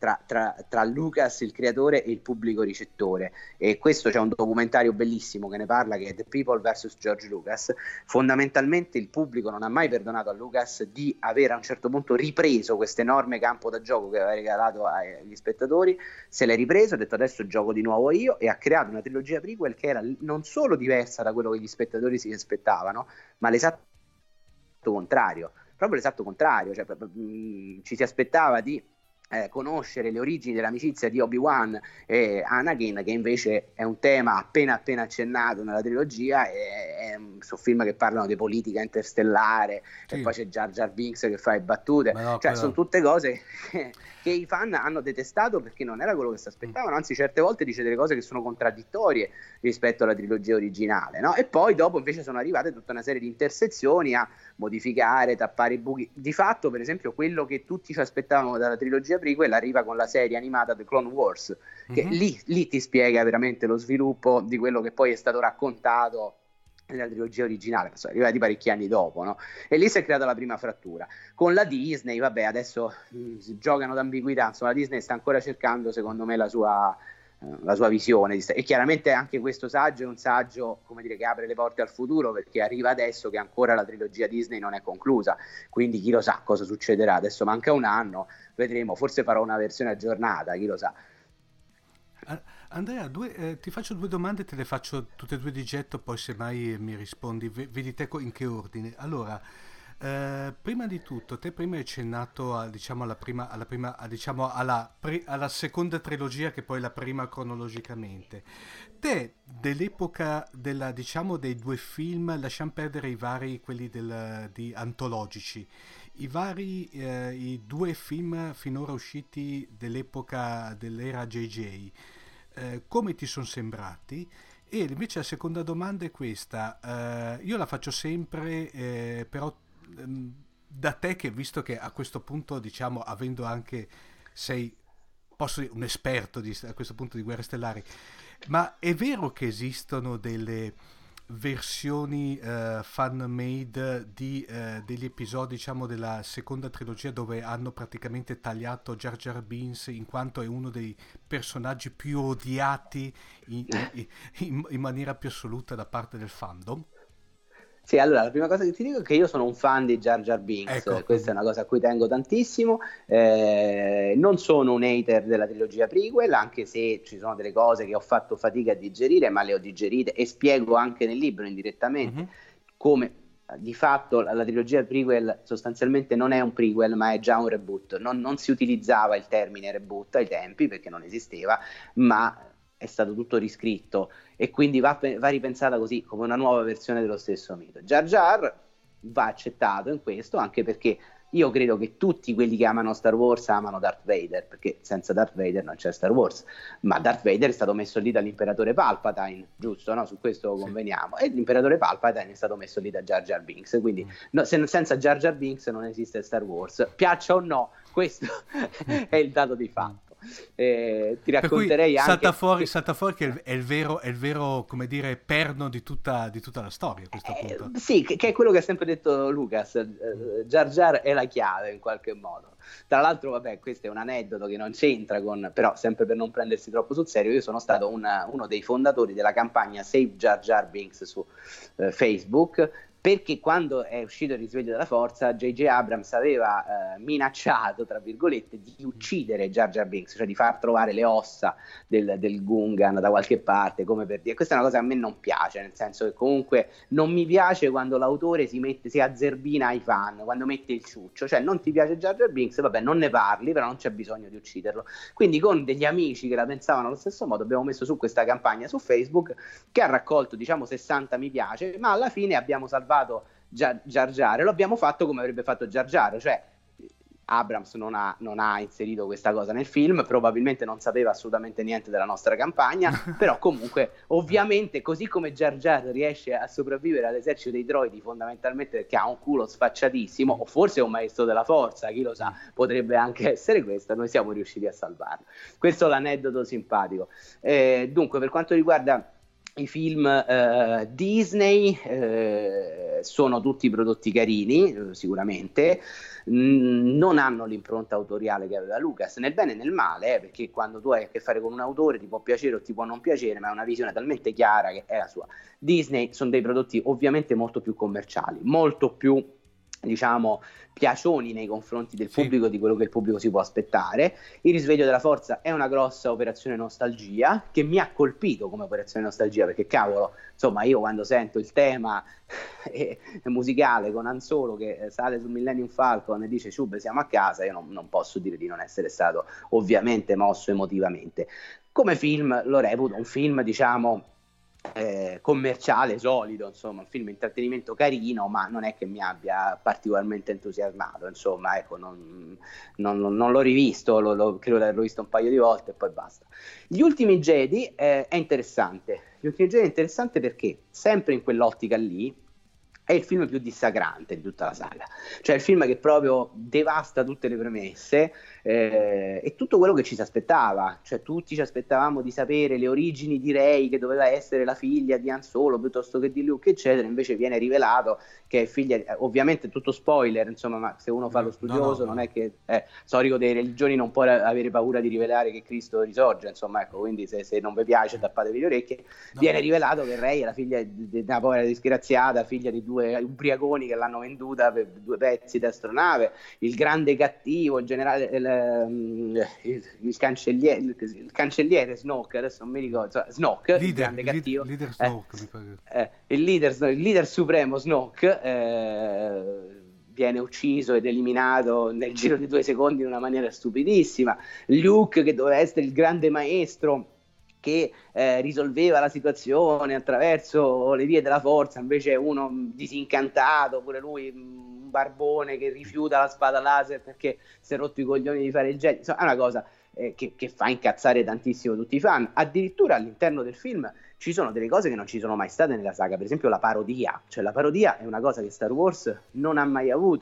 tra Lucas, il creatore, e il pubblico ricettore, e questo c'è un documentario bellissimo che ne parla, che è The People vs. George Lucas. Fondamentalmente il pubblico non ha mai perdonato a Lucas di aver a un certo punto ripreso questo enorme campo da gioco che aveva regalato agli spettatori, se l'è ripreso, ha detto adesso gioco di nuovo io, e ha creato una trilogia prequel che era non solo diversa da quello che gli spettatori si aspettavano, ma l'esatto contrario, proprio l'esatto contrario, cioè, ci si aspettava di conoscere le origini dell'amicizia di Obi-Wan e Anakin, che invece è un tema appena accennato nella trilogia, sono film che parlano di politica interstellare, sì. E poi c'è Jar Jar Binks che fa le battute, no, cioè sono tutte cose che i fan hanno detestato perché non era quello che si aspettavano, anzi certe volte dice delle cose che sono contraddittorie rispetto alla trilogia originale, no? E poi dopo invece sono arrivate tutta una serie di intersezioni a modificare, tappare i buchi. Di fatto, per esempio, quello che tutti ci aspettavamo dalla trilogia prequel arriva con la serie animata The Clone Wars, che lì ti spiega veramente lo sviluppo di quello che poi è stato raccontato nella trilogia originale, sono arrivati parecchi anni dopo, no? E lì si è creata la prima frattura. Con la Disney, vabbè, adesso si giocano d'ambiguità, insomma, la Disney sta ancora cercando, secondo me, la sua visione, e chiaramente anche questo saggio è un saggio, come dire, che apre le porte al futuro, perché arriva adesso che ancora la trilogia Disney non è conclusa, quindi chi lo sa cosa succederà. Adesso manca un anno, vedremo, forse farò una versione aggiornata, chi lo sa. Andrea, ti faccio 2 domande, te le faccio tutte e 2 di getto, poi semmai mi rispondi, vedi te in che ordine. Allora, prima di tutto, te prima hai accennato alla seconda trilogia, che poi è la prima cronologicamente. Te, dell'epoca dei 2 film, lasciamo perdere i vari, quelli di antologici, i 2 film finora usciti dell'epoca dell'era JJ, come ti sono sembrati? E invece la seconda domanda è questa, io la faccio sempre, però da te, che visto che a questo punto, diciamo, avendo anche sei un esperto a questo punto di Guerre Stellari, ma è vero che esistono delle versioni fan-made degli episodi, diciamo, della seconda trilogia, dove hanno praticamente tagliato Jar Jar Binks in quanto è uno dei personaggi più odiati in maniera più assoluta da parte del fandom? Sì, allora la prima cosa che ti dico è che io sono un fan di Jar Jar Binks, ecco. Questa è una cosa a cui tengo tantissimo, non sono un hater della trilogia prequel, anche se ci sono delle cose che ho fatto fatica a digerire, ma le ho digerite e spiego anche nel libro indirettamente come di fatto la trilogia prequel sostanzialmente non è un prequel, ma è già un reboot. Non si utilizzava il termine reboot ai tempi perché non esisteva, ma è stato tutto riscritto e quindi va ripensata così, come una nuova versione dello stesso mito. Jar Jar va accettato in questo, anche perché io credo che tutti quelli che amano Star Wars amano Darth Vader, perché senza Darth Vader non c'è Star Wars, ma Darth Vader è stato messo lì dall'imperatore Palpatine, giusto? No? Su questo conveniamo. E l'imperatore Palpatine è stato messo lì da Jar Jar Binks, quindi senza JarJar Binks non esiste Star Wars, piaccia o no, questo è il dato di fatto. Ti racconterei anche salta fuori che è il vero, come dire, perno di tutta la storia a questo punto. Sì, che è quello che ha sempre detto Lucas. Jar Jar è la chiave in qualche modo. Tra l'altro, vabbè, questo è un aneddoto che non c'entra però sempre per non prendersi troppo sul serio, io sono stato uno dei fondatori della campagna Save Jar Jar Binks su Facebook, perché quando è uscito il risveglio della forza, J.J. Abrams aveva minacciato, tra virgolette, di uccidere Jar Jar Binks, cioè di far trovare le ossa del Gungan da qualche parte, come per dire. Questa è una cosa che a me non piace, nel senso che comunque non mi piace quando l'autore si azzerbina ai fan, quando mette il ciuccio, cioè non ti piace Jar Jar Binks, vabbè, non ne parli, però non c'è bisogno di ucciderlo. Quindi con degli amici che la pensavano allo stesso modo abbiamo messo su questa campagna su Facebook che ha raccolto, diciamo, 60 mi piace, ma alla fine abbiamo salvato Jar Jar, lo abbiamo fatto come avrebbe fatto Jar Jar, cioè Abrams non ha inserito questa cosa nel film, probabilmente non sapeva assolutamente niente della nostra campagna, però comunque ovviamente così come Jar Jar riesce a sopravvivere all'esercito dei droidi fondamentalmente perché ha un culo sfacciatissimo, o forse è un maestro della forza, chi lo sa, potrebbe anche essere questo, noi siamo riusciti a salvarlo. Questo è l'aneddoto simpatico. Dunque, per quanto riguarda i film Disney, sono tutti prodotti carini, sicuramente, non hanno l'impronta autoriale che aveva Lucas, nel bene e nel male, perché quando tu hai a che fare con un autore ti può piacere o ti può non piacere, ma è una visione talmente chiara che è la sua. Disney sono dei prodotti ovviamente molto più commerciali, molto più, diciamo, piacioni nei confronti del pubblico, di quello che il pubblico si può aspettare. Il risveglio della forza è una grossa operazione nostalgia che mi ha colpito come operazione nostalgia, perché cavolo, insomma, io quando sento il tema musicale con Han Solo che sale sul Millennium Falcon e dice Ciub siamo a casa, io non posso dire di non essere stato ovviamente mosso emotivamente. Come film lo reputo un film, diciamo, commerciale solido, insomma, un film intrattenimento carino, ma non è che mi abbia particolarmente entusiasmato, insomma, ecco, non l'ho rivisto, credo di averlo visto un paio di volte e poi basta. Gli Ultimi Jedi è interessante. Gli Ultimi Jedi è interessante perché sempre in quell'ottica lì è il film più dissacrante di tutta la saga, cioè il film che proprio devasta tutte le premesse e tutto quello che ci si aspettava, cioè tutti ci aspettavamo di sapere le origini di Rey, che doveva essere la figlia di Han Solo piuttosto che di Luke, eccetera. Invece viene rivelato che è figlia, ovviamente tutto spoiler, insomma, ma se uno fa lo studioso non è che storico delle religioni non può avere paura di rivelare che Cristo risorge, insomma, ecco, quindi se non vi piace tappatevi le orecchie. Viene rivelato che Rey è la figlia di una povera disgraziata, figlia di 2 ubriaconi che l'hanno venduta per 2 pezzi di astronave, il grande cattivo, il generale, il cancelliere Snoke, adesso non mi ricordo, Snoke, il grande cattivo, leader Snoke, mi pare. Il leader supremo Snoke viene ucciso ed eliminato nel giro di 2 secondi in una maniera stupidissima. Luke, che doveva essere il grande maestro che risolveva la situazione attraverso le vie della forza, invece è uno disincantato, pure lui un barbone che rifiuta la spada laser perché si è rotto i coglioni di fare il Jedi. Insomma, è una cosa che fa incazzare tantissimo tutti i fan. Addirittura all'interno del film ci sono delle cose che non ci sono mai state nella saga, per esempio la parodia, cioè la parodia è una cosa che Star Wars non ha mai avuto.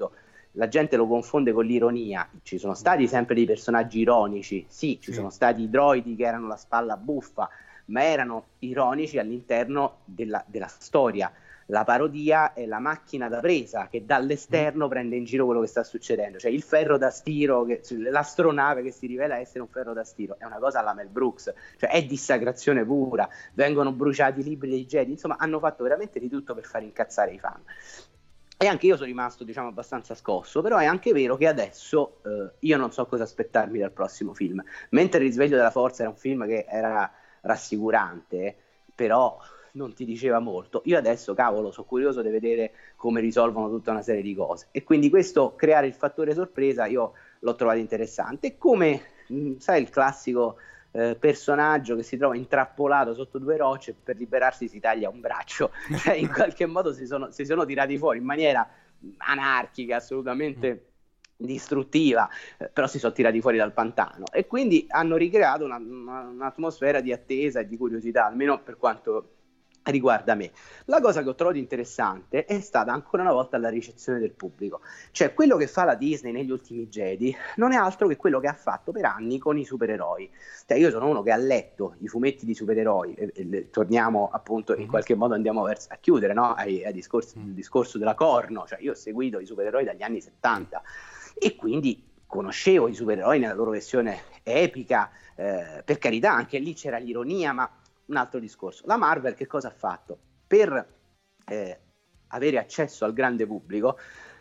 la gente lo confonde con l'ironia. Ci sono stati sempre dei personaggi ironici, sì, ci sono stati i droidi che erano la spalla buffa, ma erano ironici all'interno della storia. La parodia è la macchina da presa che dall'esterno prende in giro quello che sta succedendo, cioè il ferro da stiro, l'astronave che si rivela essere un ferro da stiro, è una cosa alla Mel Brooks, cioè è dissacrazione pura, vengono bruciati i libri dei Jedi, insomma hanno fatto veramente di tutto per far incazzare i fan. E anche io sono rimasto, diciamo, abbastanza scosso, però è anche vero che adesso io non so cosa aspettarmi dal prossimo film. Mentre Il risveglio della forza era un film che era rassicurante, però non ti diceva molto, io adesso, cavolo, sono curioso di vedere come risolvono tutta una serie di cose. E quindi questo, creare il fattore sorpresa, io l'ho trovato interessante. E come, sai, il classico personaggio che si trova intrappolato sotto due rocce, per liberarsi si taglia un braccio, cioè, in qualche modo si sono tirati fuori in maniera anarchica, assolutamente distruttiva, però si sono tirati fuori dal pantano e quindi hanno ricreato un'atmosfera di attesa e di curiosità, almeno per quanto riguarda me. La cosa che ho trovato interessante è stata ancora una volta la ricezione del pubblico, cioè quello che fa la Disney negli ultimi Jedi non è altro che quello che ha fatto per anni con i supereroi. Cioè, io sono uno che ha letto i fumetti di supereroi e torniamo appunto, in qualche modo andiamo a chiudere, no? ai discorsi, il discorso della corno, cioè io ho seguito i supereroi dagli anni 70 e quindi conoscevo i supereroi nella loro versione epica, per carità anche lì c'era l'ironia, ma un altro discorso. La Marvel che cosa ha fatto? Per avere accesso al grande pubblico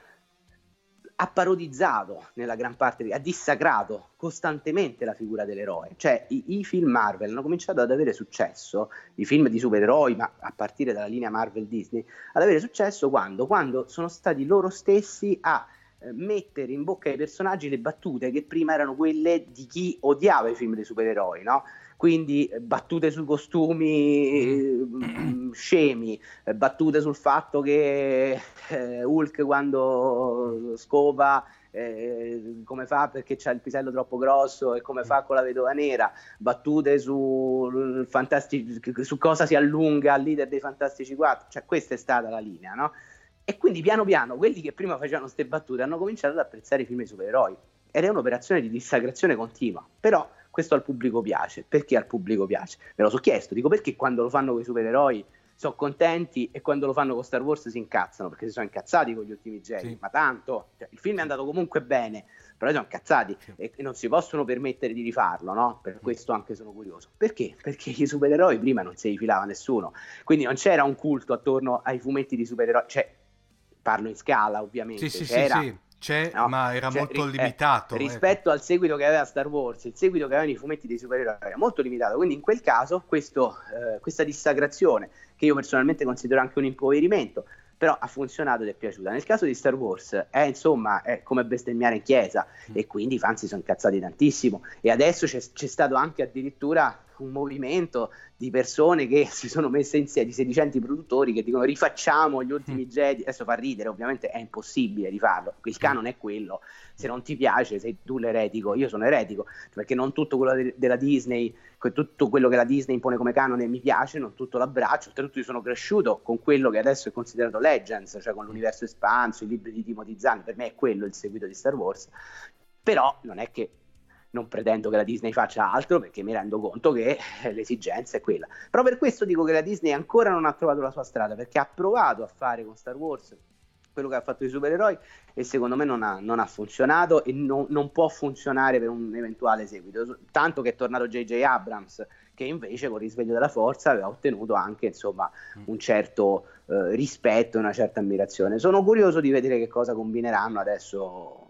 ha parodizzato nella gran parte, ha dissacrato costantemente la figura dell'eroe. Cioè i film Marvel hanno cominciato ad avere successo, i film di supereroi, ma a partire dalla linea Marvel Disney, ad avere successo quando sono stati loro stessi a mettere in bocca ai personaggi le battute che prima erano quelle di chi odiava i film dei supereroi, no? Quindi battute sui costumi scemi, battute sul fatto che Hulk quando scopa come fa perché c'ha il pisello troppo grosso e come fa con la vedova nera, battute su cosa si allunga al leader dei Fantastici 4, cioè questa è stata la linea, no? E quindi piano piano quelli che prima facevano queste battute hanno cominciato ad apprezzare i film di supereroi ed è un'operazione di dissacrazione continua, però questo al pubblico piace. Perché al pubblico piace? Me lo so chiesto, dico perché quando lo fanno con i supereroi sono contenti e quando lo fanno con Star Wars si incazzano, perché si sono incazzati con gli ultimi Jedi, sì. Ma tanto, cioè, il film è andato comunque bene, però si sono incazzati, sì. E non si possono permettere di rifarlo, no? Per questo anche sono curioso. Perché? Perché i supereroi prima non si rifilava nessuno, quindi non c'era un culto attorno ai fumetti di supereroi, cioè parlo in scala ovviamente, sì, c'era... sì. C'è, no? Ma era molto limitato. Rispetto al seguito che aveva Star Wars, il seguito che avevano i fumetti dei supereroi era molto limitato, quindi in quel caso questa dissacrazione, che io personalmente considero anche un impoverimento, però ha funzionato ed è piaciuta. Nel caso di Star Wars è come bestemmiare in chiesa e quindi i fan si sono incazzati tantissimo e adesso c'è stato anche addirittura un movimento di persone che si sono messe insieme, di sedicenti produttori che dicono rifacciamo gli ultimi Jedi. Adesso fa ridere, ovviamente è impossibile rifarlo, il canone è quello, se non ti piace sei tu l'eretico, io sono eretico, perché non tutto quello della Disney, tutto quello che la Disney impone come canone mi piace, non tutto l'abbraccio, oltretutto io sono cresciuto con quello che adesso è considerato Legends, cioè con l'universo espanso, i libri di Timothy Zahn, per me è quello il seguito di Star Wars, però non è che non pretendo che la Disney faccia altro, perché mi rendo conto che l'esigenza è quella. Però per questo dico che la Disney ancora non ha trovato la sua strada, perché ha provato a fare con Star Wars quello che ha fatto i supereroi e secondo me non ha funzionato e non può funzionare per un eventuale seguito, tanto che è tornato J.J. Abrams, che invece con Risveglio della Forza aveva ottenuto anche insomma un certo rispetto e una certa ammirazione. Sono curioso di vedere che cosa combineranno adesso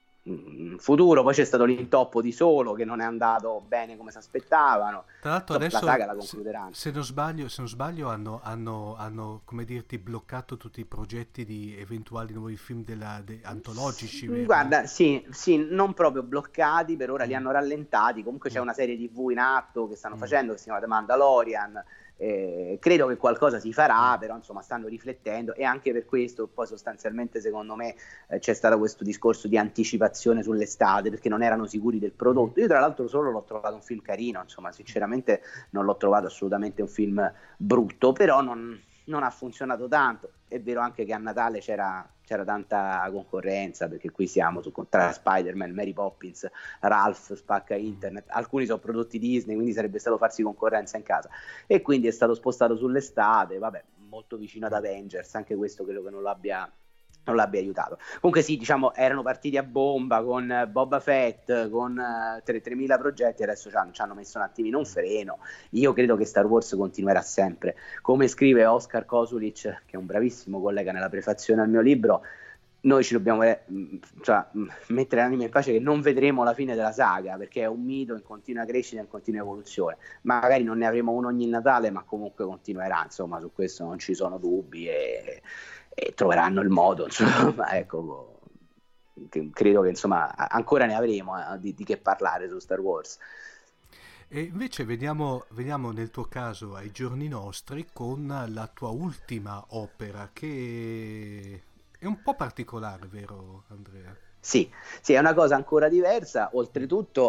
in futuro. Poi c'è stato l'intoppo di Solo che non è andato bene come si aspettavano. Tra l'altro adesso la saga la concluderanno. Se non sbaglio hanno come dirti bloccato tutti i progetti di eventuali nuovi film antologici, vero? Guarda, sì, non proprio bloccati, per ora li hanno rallentati. Comunque c'è una serie TV in atto che stanno facendo, che si chiama The Mandalorian. Credo che qualcosa si farà, però insomma stanno riflettendo e anche per questo poi sostanzialmente secondo me c'è stato questo discorso di anticipazione sull'estate, perché non erano sicuri del prodotto. Io tra l'altro Solo l'ho trovato un film carino, insomma sinceramente non l'ho trovato assolutamente un film brutto, però non ha funzionato tanto. È vero anche che a Natale c'era c'era tanta concorrenza, perché qui siamo tra Spider-Man, Mary Poppins, Ralph spacca internet, alcuni sono prodotti Disney, quindi sarebbe stato farsi concorrenza in casa, e quindi è stato spostato sull'estate, vabbè, molto vicino ad Avengers, anche questo credo che non l'abbia aiutato. Comunque sì, diciamo, erano partiti a bomba con Boba Fett, con 3000 progetti, adesso ci hanno messo un attimino un freno. Io credo che Star Wars continuerà sempre. Come scrive Oscar Kosulic, che è un bravissimo collega nella prefazione al mio libro, noi ci dobbiamo mettere l'anima in pace che non vedremo la fine della saga, perché è un mito in continua crescita e in continua evoluzione. Magari non ne avremo uno ogni Natale, ma comunque continuerà, insomma, su questo non ci sono dubbi, e troveranno il modo, insomma, ecco, credo che insomma ancora ne avremo di che parlare su Star Wars. E invece veniamo nel tuo caso ai giorni nostri con la tua ultima opera, che è un po' particolare, vero Andrea? Sì, è una cosa ancora diversa, oltretutto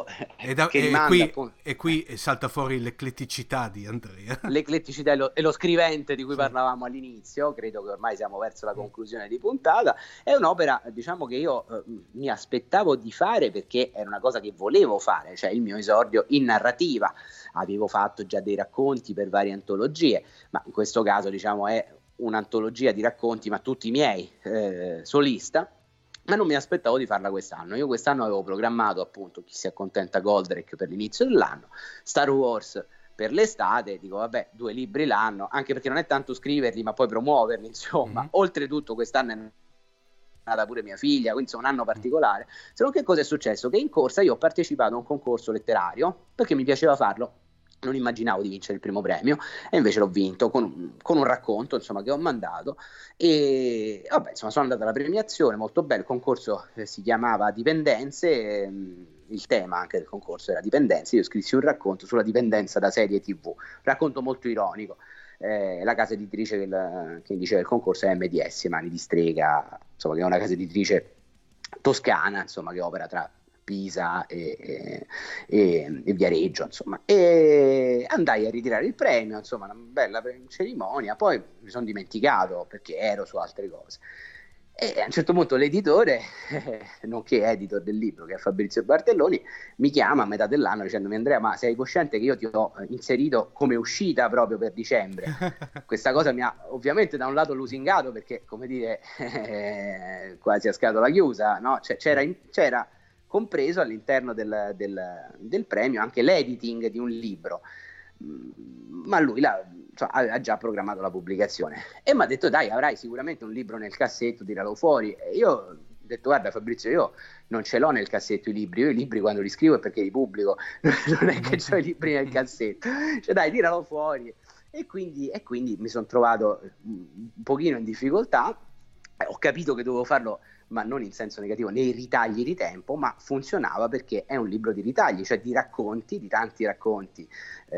e qui salta fuori l'ecletticità di Andrea. L'ecletticità e lo scrivente di cui parlavamo all'inizio, credo che ormai siamo verso la conclusione di puntata. È un'opera, diciamo, che io mi aspettavo di fare, perché era una cosa che volevo fare, cioè il mio esordio in narrativa. Avevo fatto già dei racconti per varie antologie, ma in questo caso, diciamo, è un'antologia di racconti, ma tutti miei, solista. Ma non mi aspettavo di farla quest'anno. Io quest'anno avevo programmato, appunto, Chi si accontenta Goldrake per l'inizio dell'anno, Star Wars per l'estate. Dico, vabbè, 2 libri l'anno, anche perché non è tanto scriverli ma poi promuoverli, insomma. Oltretutto quest'anno è nata pure mia figlia, quindi insomma un anno particolare. Se no, che cosa è successo? Che in corsa io ho partecipato a un concorso letterario perché mi piaceva farlo. Non immaginavo di vincere il primo premio, e invece l'ho vinto con un racconto, insomma, che ho mandato, e vabbè, insomma, sono andato alla premiazione, molto bello. Il concorso si chiamava Dipendenze, il tema anche del concorso era dipendenze. Io scrissi un racconto sulla dipendenza da serie TV, un racconto molto ironico. La casa editrice che diceva il concorso è MDS, Mani di Strega, insomma, che è una casa editrice toscana, insomma, che opera tra Pisa e Viareggio, insomma, e andai a ritirare il premio, insomma, una bella cerimonia. Poi mi sono dimenticato perché ero su altre cose, e a un certo punto l'editore, nonché editor del libro, che è Fabrizio Bartelloni, mi chiama a metà dell'anno dicendomi: Andrea, ma sei cosciente che io ti ho inserito come uscita proprio per dicembre? Questa cosa mi ha ovviamente da un lato lusingato, perché, come dire, quasi a scatola chiusa, no? C'era compreso all'interno del premio anche l'editing di un libro, ma lui ha già programmato la pubblicazione, e mi ha detto: dai, avrai sicuramente un libro nel cassetto, tiralo fuori. E io ho detto: guarda Fabrizio, io non ce l'ho nel cassetto i libri, io i libri quando li scrivo è perché li pubblico, non è che ho i libri nel cassetto, cioè dai, tiralo fuori. E quindi mi sono trovato un pochino in difficoltà. Ho capito che dovevo farlo, ma non in senso negativo, nei ritagli di tempo, ma funzionava perché è un libro di ritagli, cioè di racconti, di tanti racconti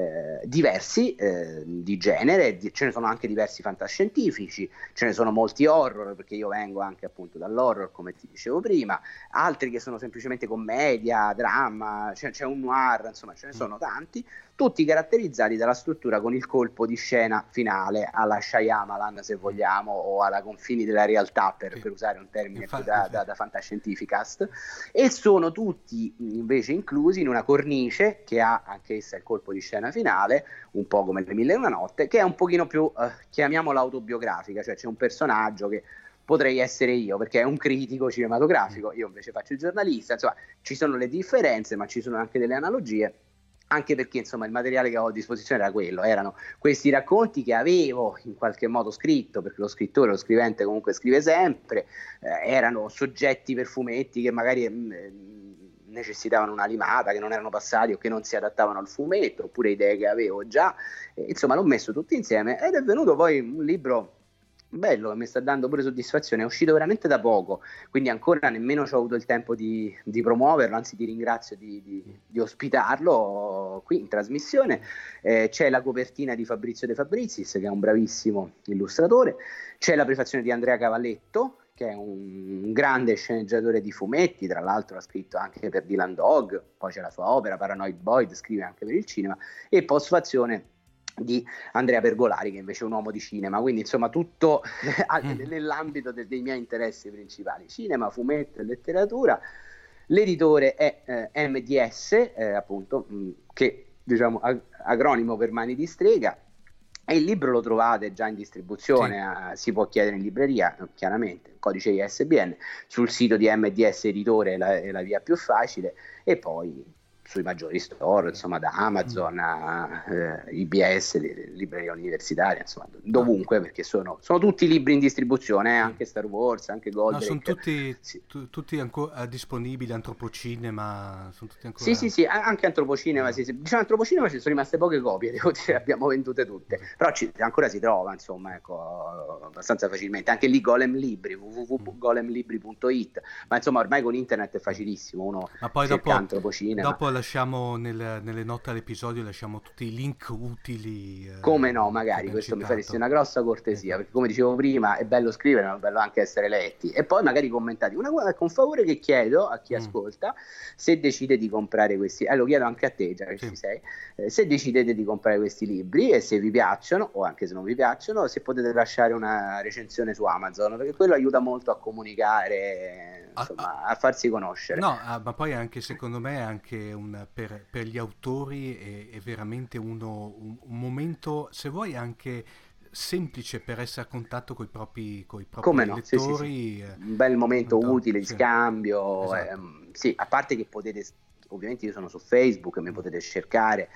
diversi di genere. Ce ne sono anche diversi fantascientifici, ce ne sono molti horror, perché io vengo anche appunto dall'horror, come ti dicevo prima, altri che sono semplicemente commedia, dramma, c'è un noir, insomma ce ne sono tanti, tutti caratterizzati dalla struttura con il colpo di scena finale alla Shyamalan, se vogliamo, o alla confini della realtà, per usare un termine da fantascientificast, e sono tutti invece inclusi in una cornice che ha anch'essa il colpo di scena finale, un po' come Le Mille e una Notte, che è un pochino più, chiamiamola, autobiografica, cioè c'è un personaggio che potrei essere io, perché è un critico cinematografico, io invece faccio il giornalista. Insomma, ci sono le differenze, ma ci sono anche delle analogie, anche perché insomma il materiale che avevo a disposizione era quello, erano questi racconti che avevo in qualche modo scritto, perché lo scrittore, lo scrivente comunque scrive sempre, erano soggetti per fumetti che magari necessitavano una limata, che non erano passati o che non si adattavano al fumetto, oppure idee che avevo già, insomma l'ho messo tutti insieme ed è venuto poi un libro bello, che mi sta dando pure soddisfazione. È uscito veramente da poco, quindi ancora nemmeno ho avuto il tempo di promuoverlo, anzi ti ringrazio di ospitarlo qui in trasmissione. C'è la copertina di Fabrizio De Fabrizis, che è un bravissimo illustratore, c'è la prefazione di Andrea Cavalletto, che è un grande sceneggiatore di fumetti, tra l'altro ha scritto anche per Dylan Dog, poi c'è la sua opera Paranoid Boyd, scrive anche per il cinema, e postfazione di Andrea Pergolari, che invece è un uomo di cinema, quindi insomma tutto nell'ambito dei miei interessi principali: cinema, fumetto e letteratura. L'editore è MDS, appunto, che diciamo acronimo per Mani di Strega, e il libro lo trovate già in distribuzione, si può chiedere in libreria, chiaramente, codice ISBN, sul sito di MDS Editore è la via più facile, e poi sui maggiori store, insomma, da Amazon a IBS, libreria universitaria, insomma, dovunque, perché sono tutti libri in distribuzione, anche Star Wars, anche Goldrake. Sono tutti, sì. tutti ancora disponibili, Antropocinema, sono tutti ancora... Sì, anche Antropocinema, sì. Diciamo Antropocinema ci sono rimaste poche copie, devo dire, abbiamo vendute tutte, però ancora si trova, insomma, ecco, abbastanza facilmente, anche lì Golem Libri, www.golemlibri.it, ma insomma ormai con internet è facilissimo, uno ma poi cerca Antropocinema. Dopo lasciamo nelle note all'episodio, lasciamo tutti i link utili. Come no, magari questo mi faresti una grossa cortesia, perché come dicevo prima è bello scrivere, ma è bello anche essere letti, e poi magari commentati. Un favore che chiedo a chi ascolta: se decide di comprare questi, lo chiedo anche a te, già che ci sei, se decidete di comprare questi libri e se vi piacciono, o anche se non vi piacciono, se potete lasciare una recensione su Amazon, perché quello aiuta molto a comunicare, insomma, a farsi conoscere. No, ma poi anche secondo me anche per gli autori è veramente un momento, se vuoi, anche semplice per essere a contatto con i propri Come no, lettori. sì. Un bel momento utile di scambio, esatto. sì, a parte che potete, ovviamente io sono su Facebook, mi potete cercare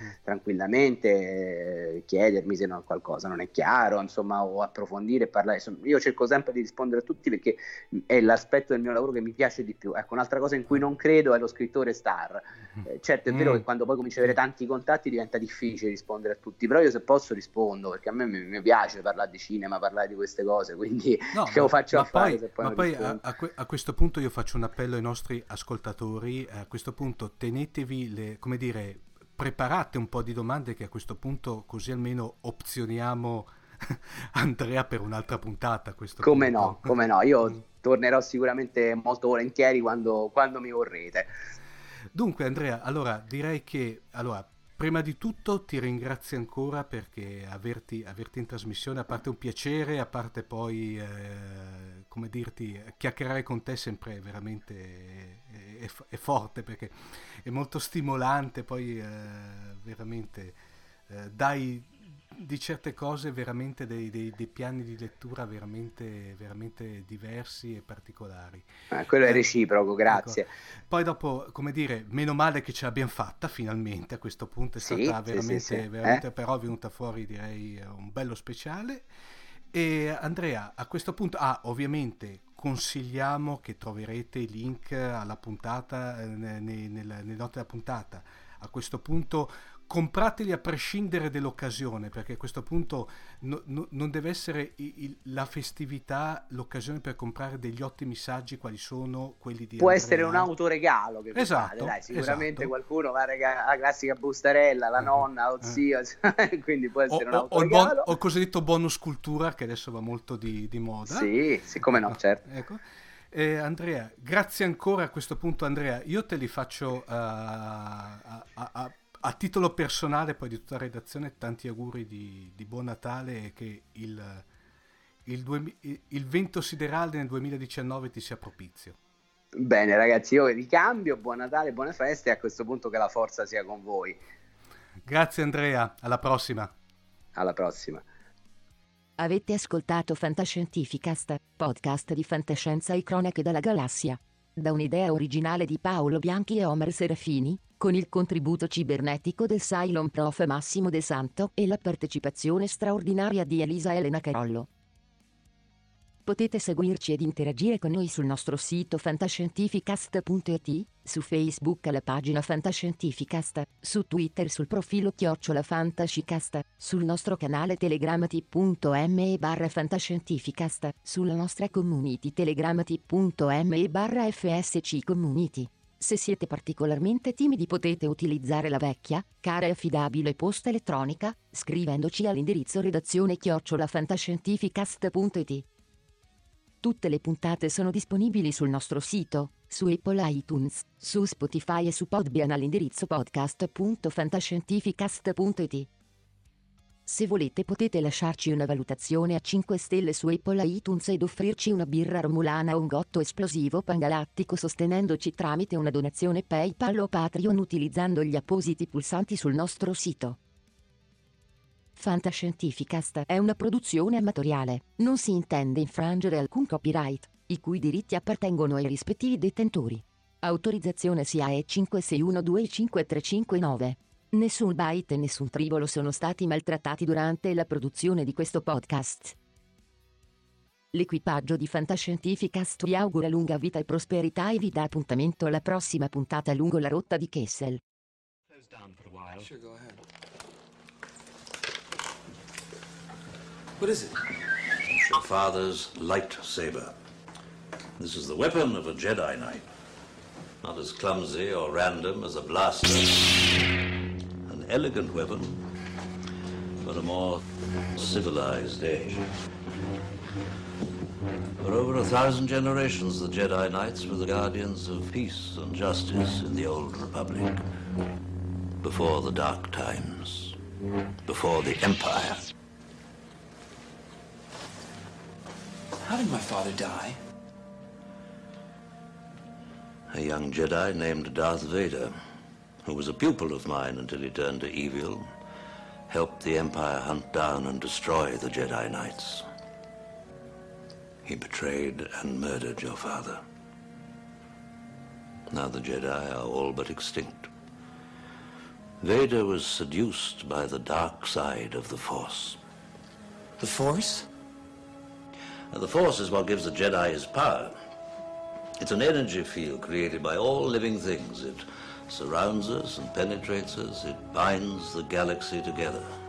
tranquillamente, chiedermi se qualcosa non è chiaro, insomma, o approfondire e parlare. Io cerco sempre di rispondere a tutti, perché è l'aspetto del mio lavoro che mi piace di più. Ecco, un'altra cosa in cui non credo è lo scrittore star. Certo, è vero che quando poi cominci ad avere tanti contatti diventa difficile rispondere a tutti, però io se posso rispondo, perché a me mi piace parlare di cinema, parlare di queste cose, quindi che lo faccio a fare se poi ma poi a questo punto io faccio un appello ai nostri ascoltatori: a questo punto tenetevi come dire, preparate un po' di domande, che a questo punto così almeno opzioniamo Andrea per un'altra puntata a questo come punto. no, io tornerò sicuramente molto volentieri quando mi vorrete. Dunque Andrea, allora direi che prima di tutto ti ringrazio ancora, perché averti in trasmissione, a parte un piacere, a parte poi come dirti, chiacchierare con te sempre veramente è forte, perché è molto stimolante, poi veramente dai di certe cose veramente dei piani di lettura veramente, veramente diversi e particolari. Quello è reciproco, grazie. Ecco. Poi dopo, come dire, meno male che ce l'abbiamo fatta finalmente, a questo punto è stata veramente, veramente però è venuta fuori, direi, un bello speciale. E Andrea, a questo punto, ovviamente consigliamo che troverete i link alla puntata nelle note della puntata. A questo punto comprateli a prescindere dell'occasione, perché a questo punto non deve essere la festività l'occasione per comprare degli ottimi saggi quali sono quelli di Può Andrea. essere un autoregalo che esatto, fate, dai, sicuramente esatto. Qualcuno va a regalare la classica bustarella, la nonna o zio, quindi può essere un autoregalo. O il cosiddetto bonus cultura, che adesso va molto di moda. Sì, come no, certo. Ecco. Andrea, grazie ancora. A questo punto, Andrea, io te li faccio a titolo personale, poi di tutta la redazione, tanti auguri di buon Natale, e che il vento siderale nel 2019 ti sia propizio. Bene ragazzi, io ricambio, buon Natale, buone feste, e a questo punto che la forza sia con voi. Grazie Andrea, alla prossima. Alla prossima. Avete ascoltato Fantascientificast, podcast di fantascienza e cronache dalla galassia. Da un'idea originale di Paolo Bianchi e Omer Serafini, con il contributo cibernetico del Cylon Prof Massimo De Santo e la partecipazione straordinaria di Elisa Elena Carollo. Potete seguirci ed interagire con noi sul nostro sito fantascientificast.it, su Facebook alla pagina Fantascientificast, su Twitter sul profilo @fantascicast, sul nostro canale Telegram t.me/fantascientificast, sulla nostra community Telegram t.me/fsc community. Se siete particolarmente timidi potete utilizzare la vecchia, cara e affidabile posta elettronica, scrivendoci all'indirizzo redazione@fantascientificast.it. Tutte le puntate sono disponibili sul nostro sito, su Apple iTunes, su Spotify e su Podbean all'indirizzo podcast.fantascientificast.it. Se volete potete lasciarci una valutazione a 5 stelle su Apple iTunes ed offrirci una birra romulana o un gotto esplosivo pangalattico sostenendoci tramite una donazione PayPal o Patreon utilizzando gli appositi pulsanti sul nostro sito. Fantascientificast è una produzione amatoriale, non si intende infrangere alcun copyright, i cui diritti appartengono ai rispettivi detentori. Autorizzazione SIAE 56125359. Nessun byte e nessun tribolo sono stati maltrattati durante la produzione di questo podcast. L'equipaggio di Fantascientificast vi augura lunga vita e prosperità e vi dà appuntamento alla prossima puntata lungo la rotta di Kessel. Sure, go ahead. What is it? It's your father's lightsaber. This is the weapon of a Jedi Knight. Not as clumsy or random as a blaster. An elegant weapon, but a more civilized age. For over 1,000 generations, the Jedi Knights were the guardians of peace and justice in the Old Republic. Before the Dark Times. Before the Empire. How did my father die? A young Jedi named Darth Vader, who was a pupil of mine until he turned to evil, helped the Empire hunt down and destroy the Jedi Knights. He betrayed and murdered your father. Now the Jedi are all but extinct. Vader was seduced by the dark side of the Force. The Force? Now, the Force is what gives the Jedi his power. It's an energy field created by all living things. It surrounds us and penetrates us. It binds the galaxy together.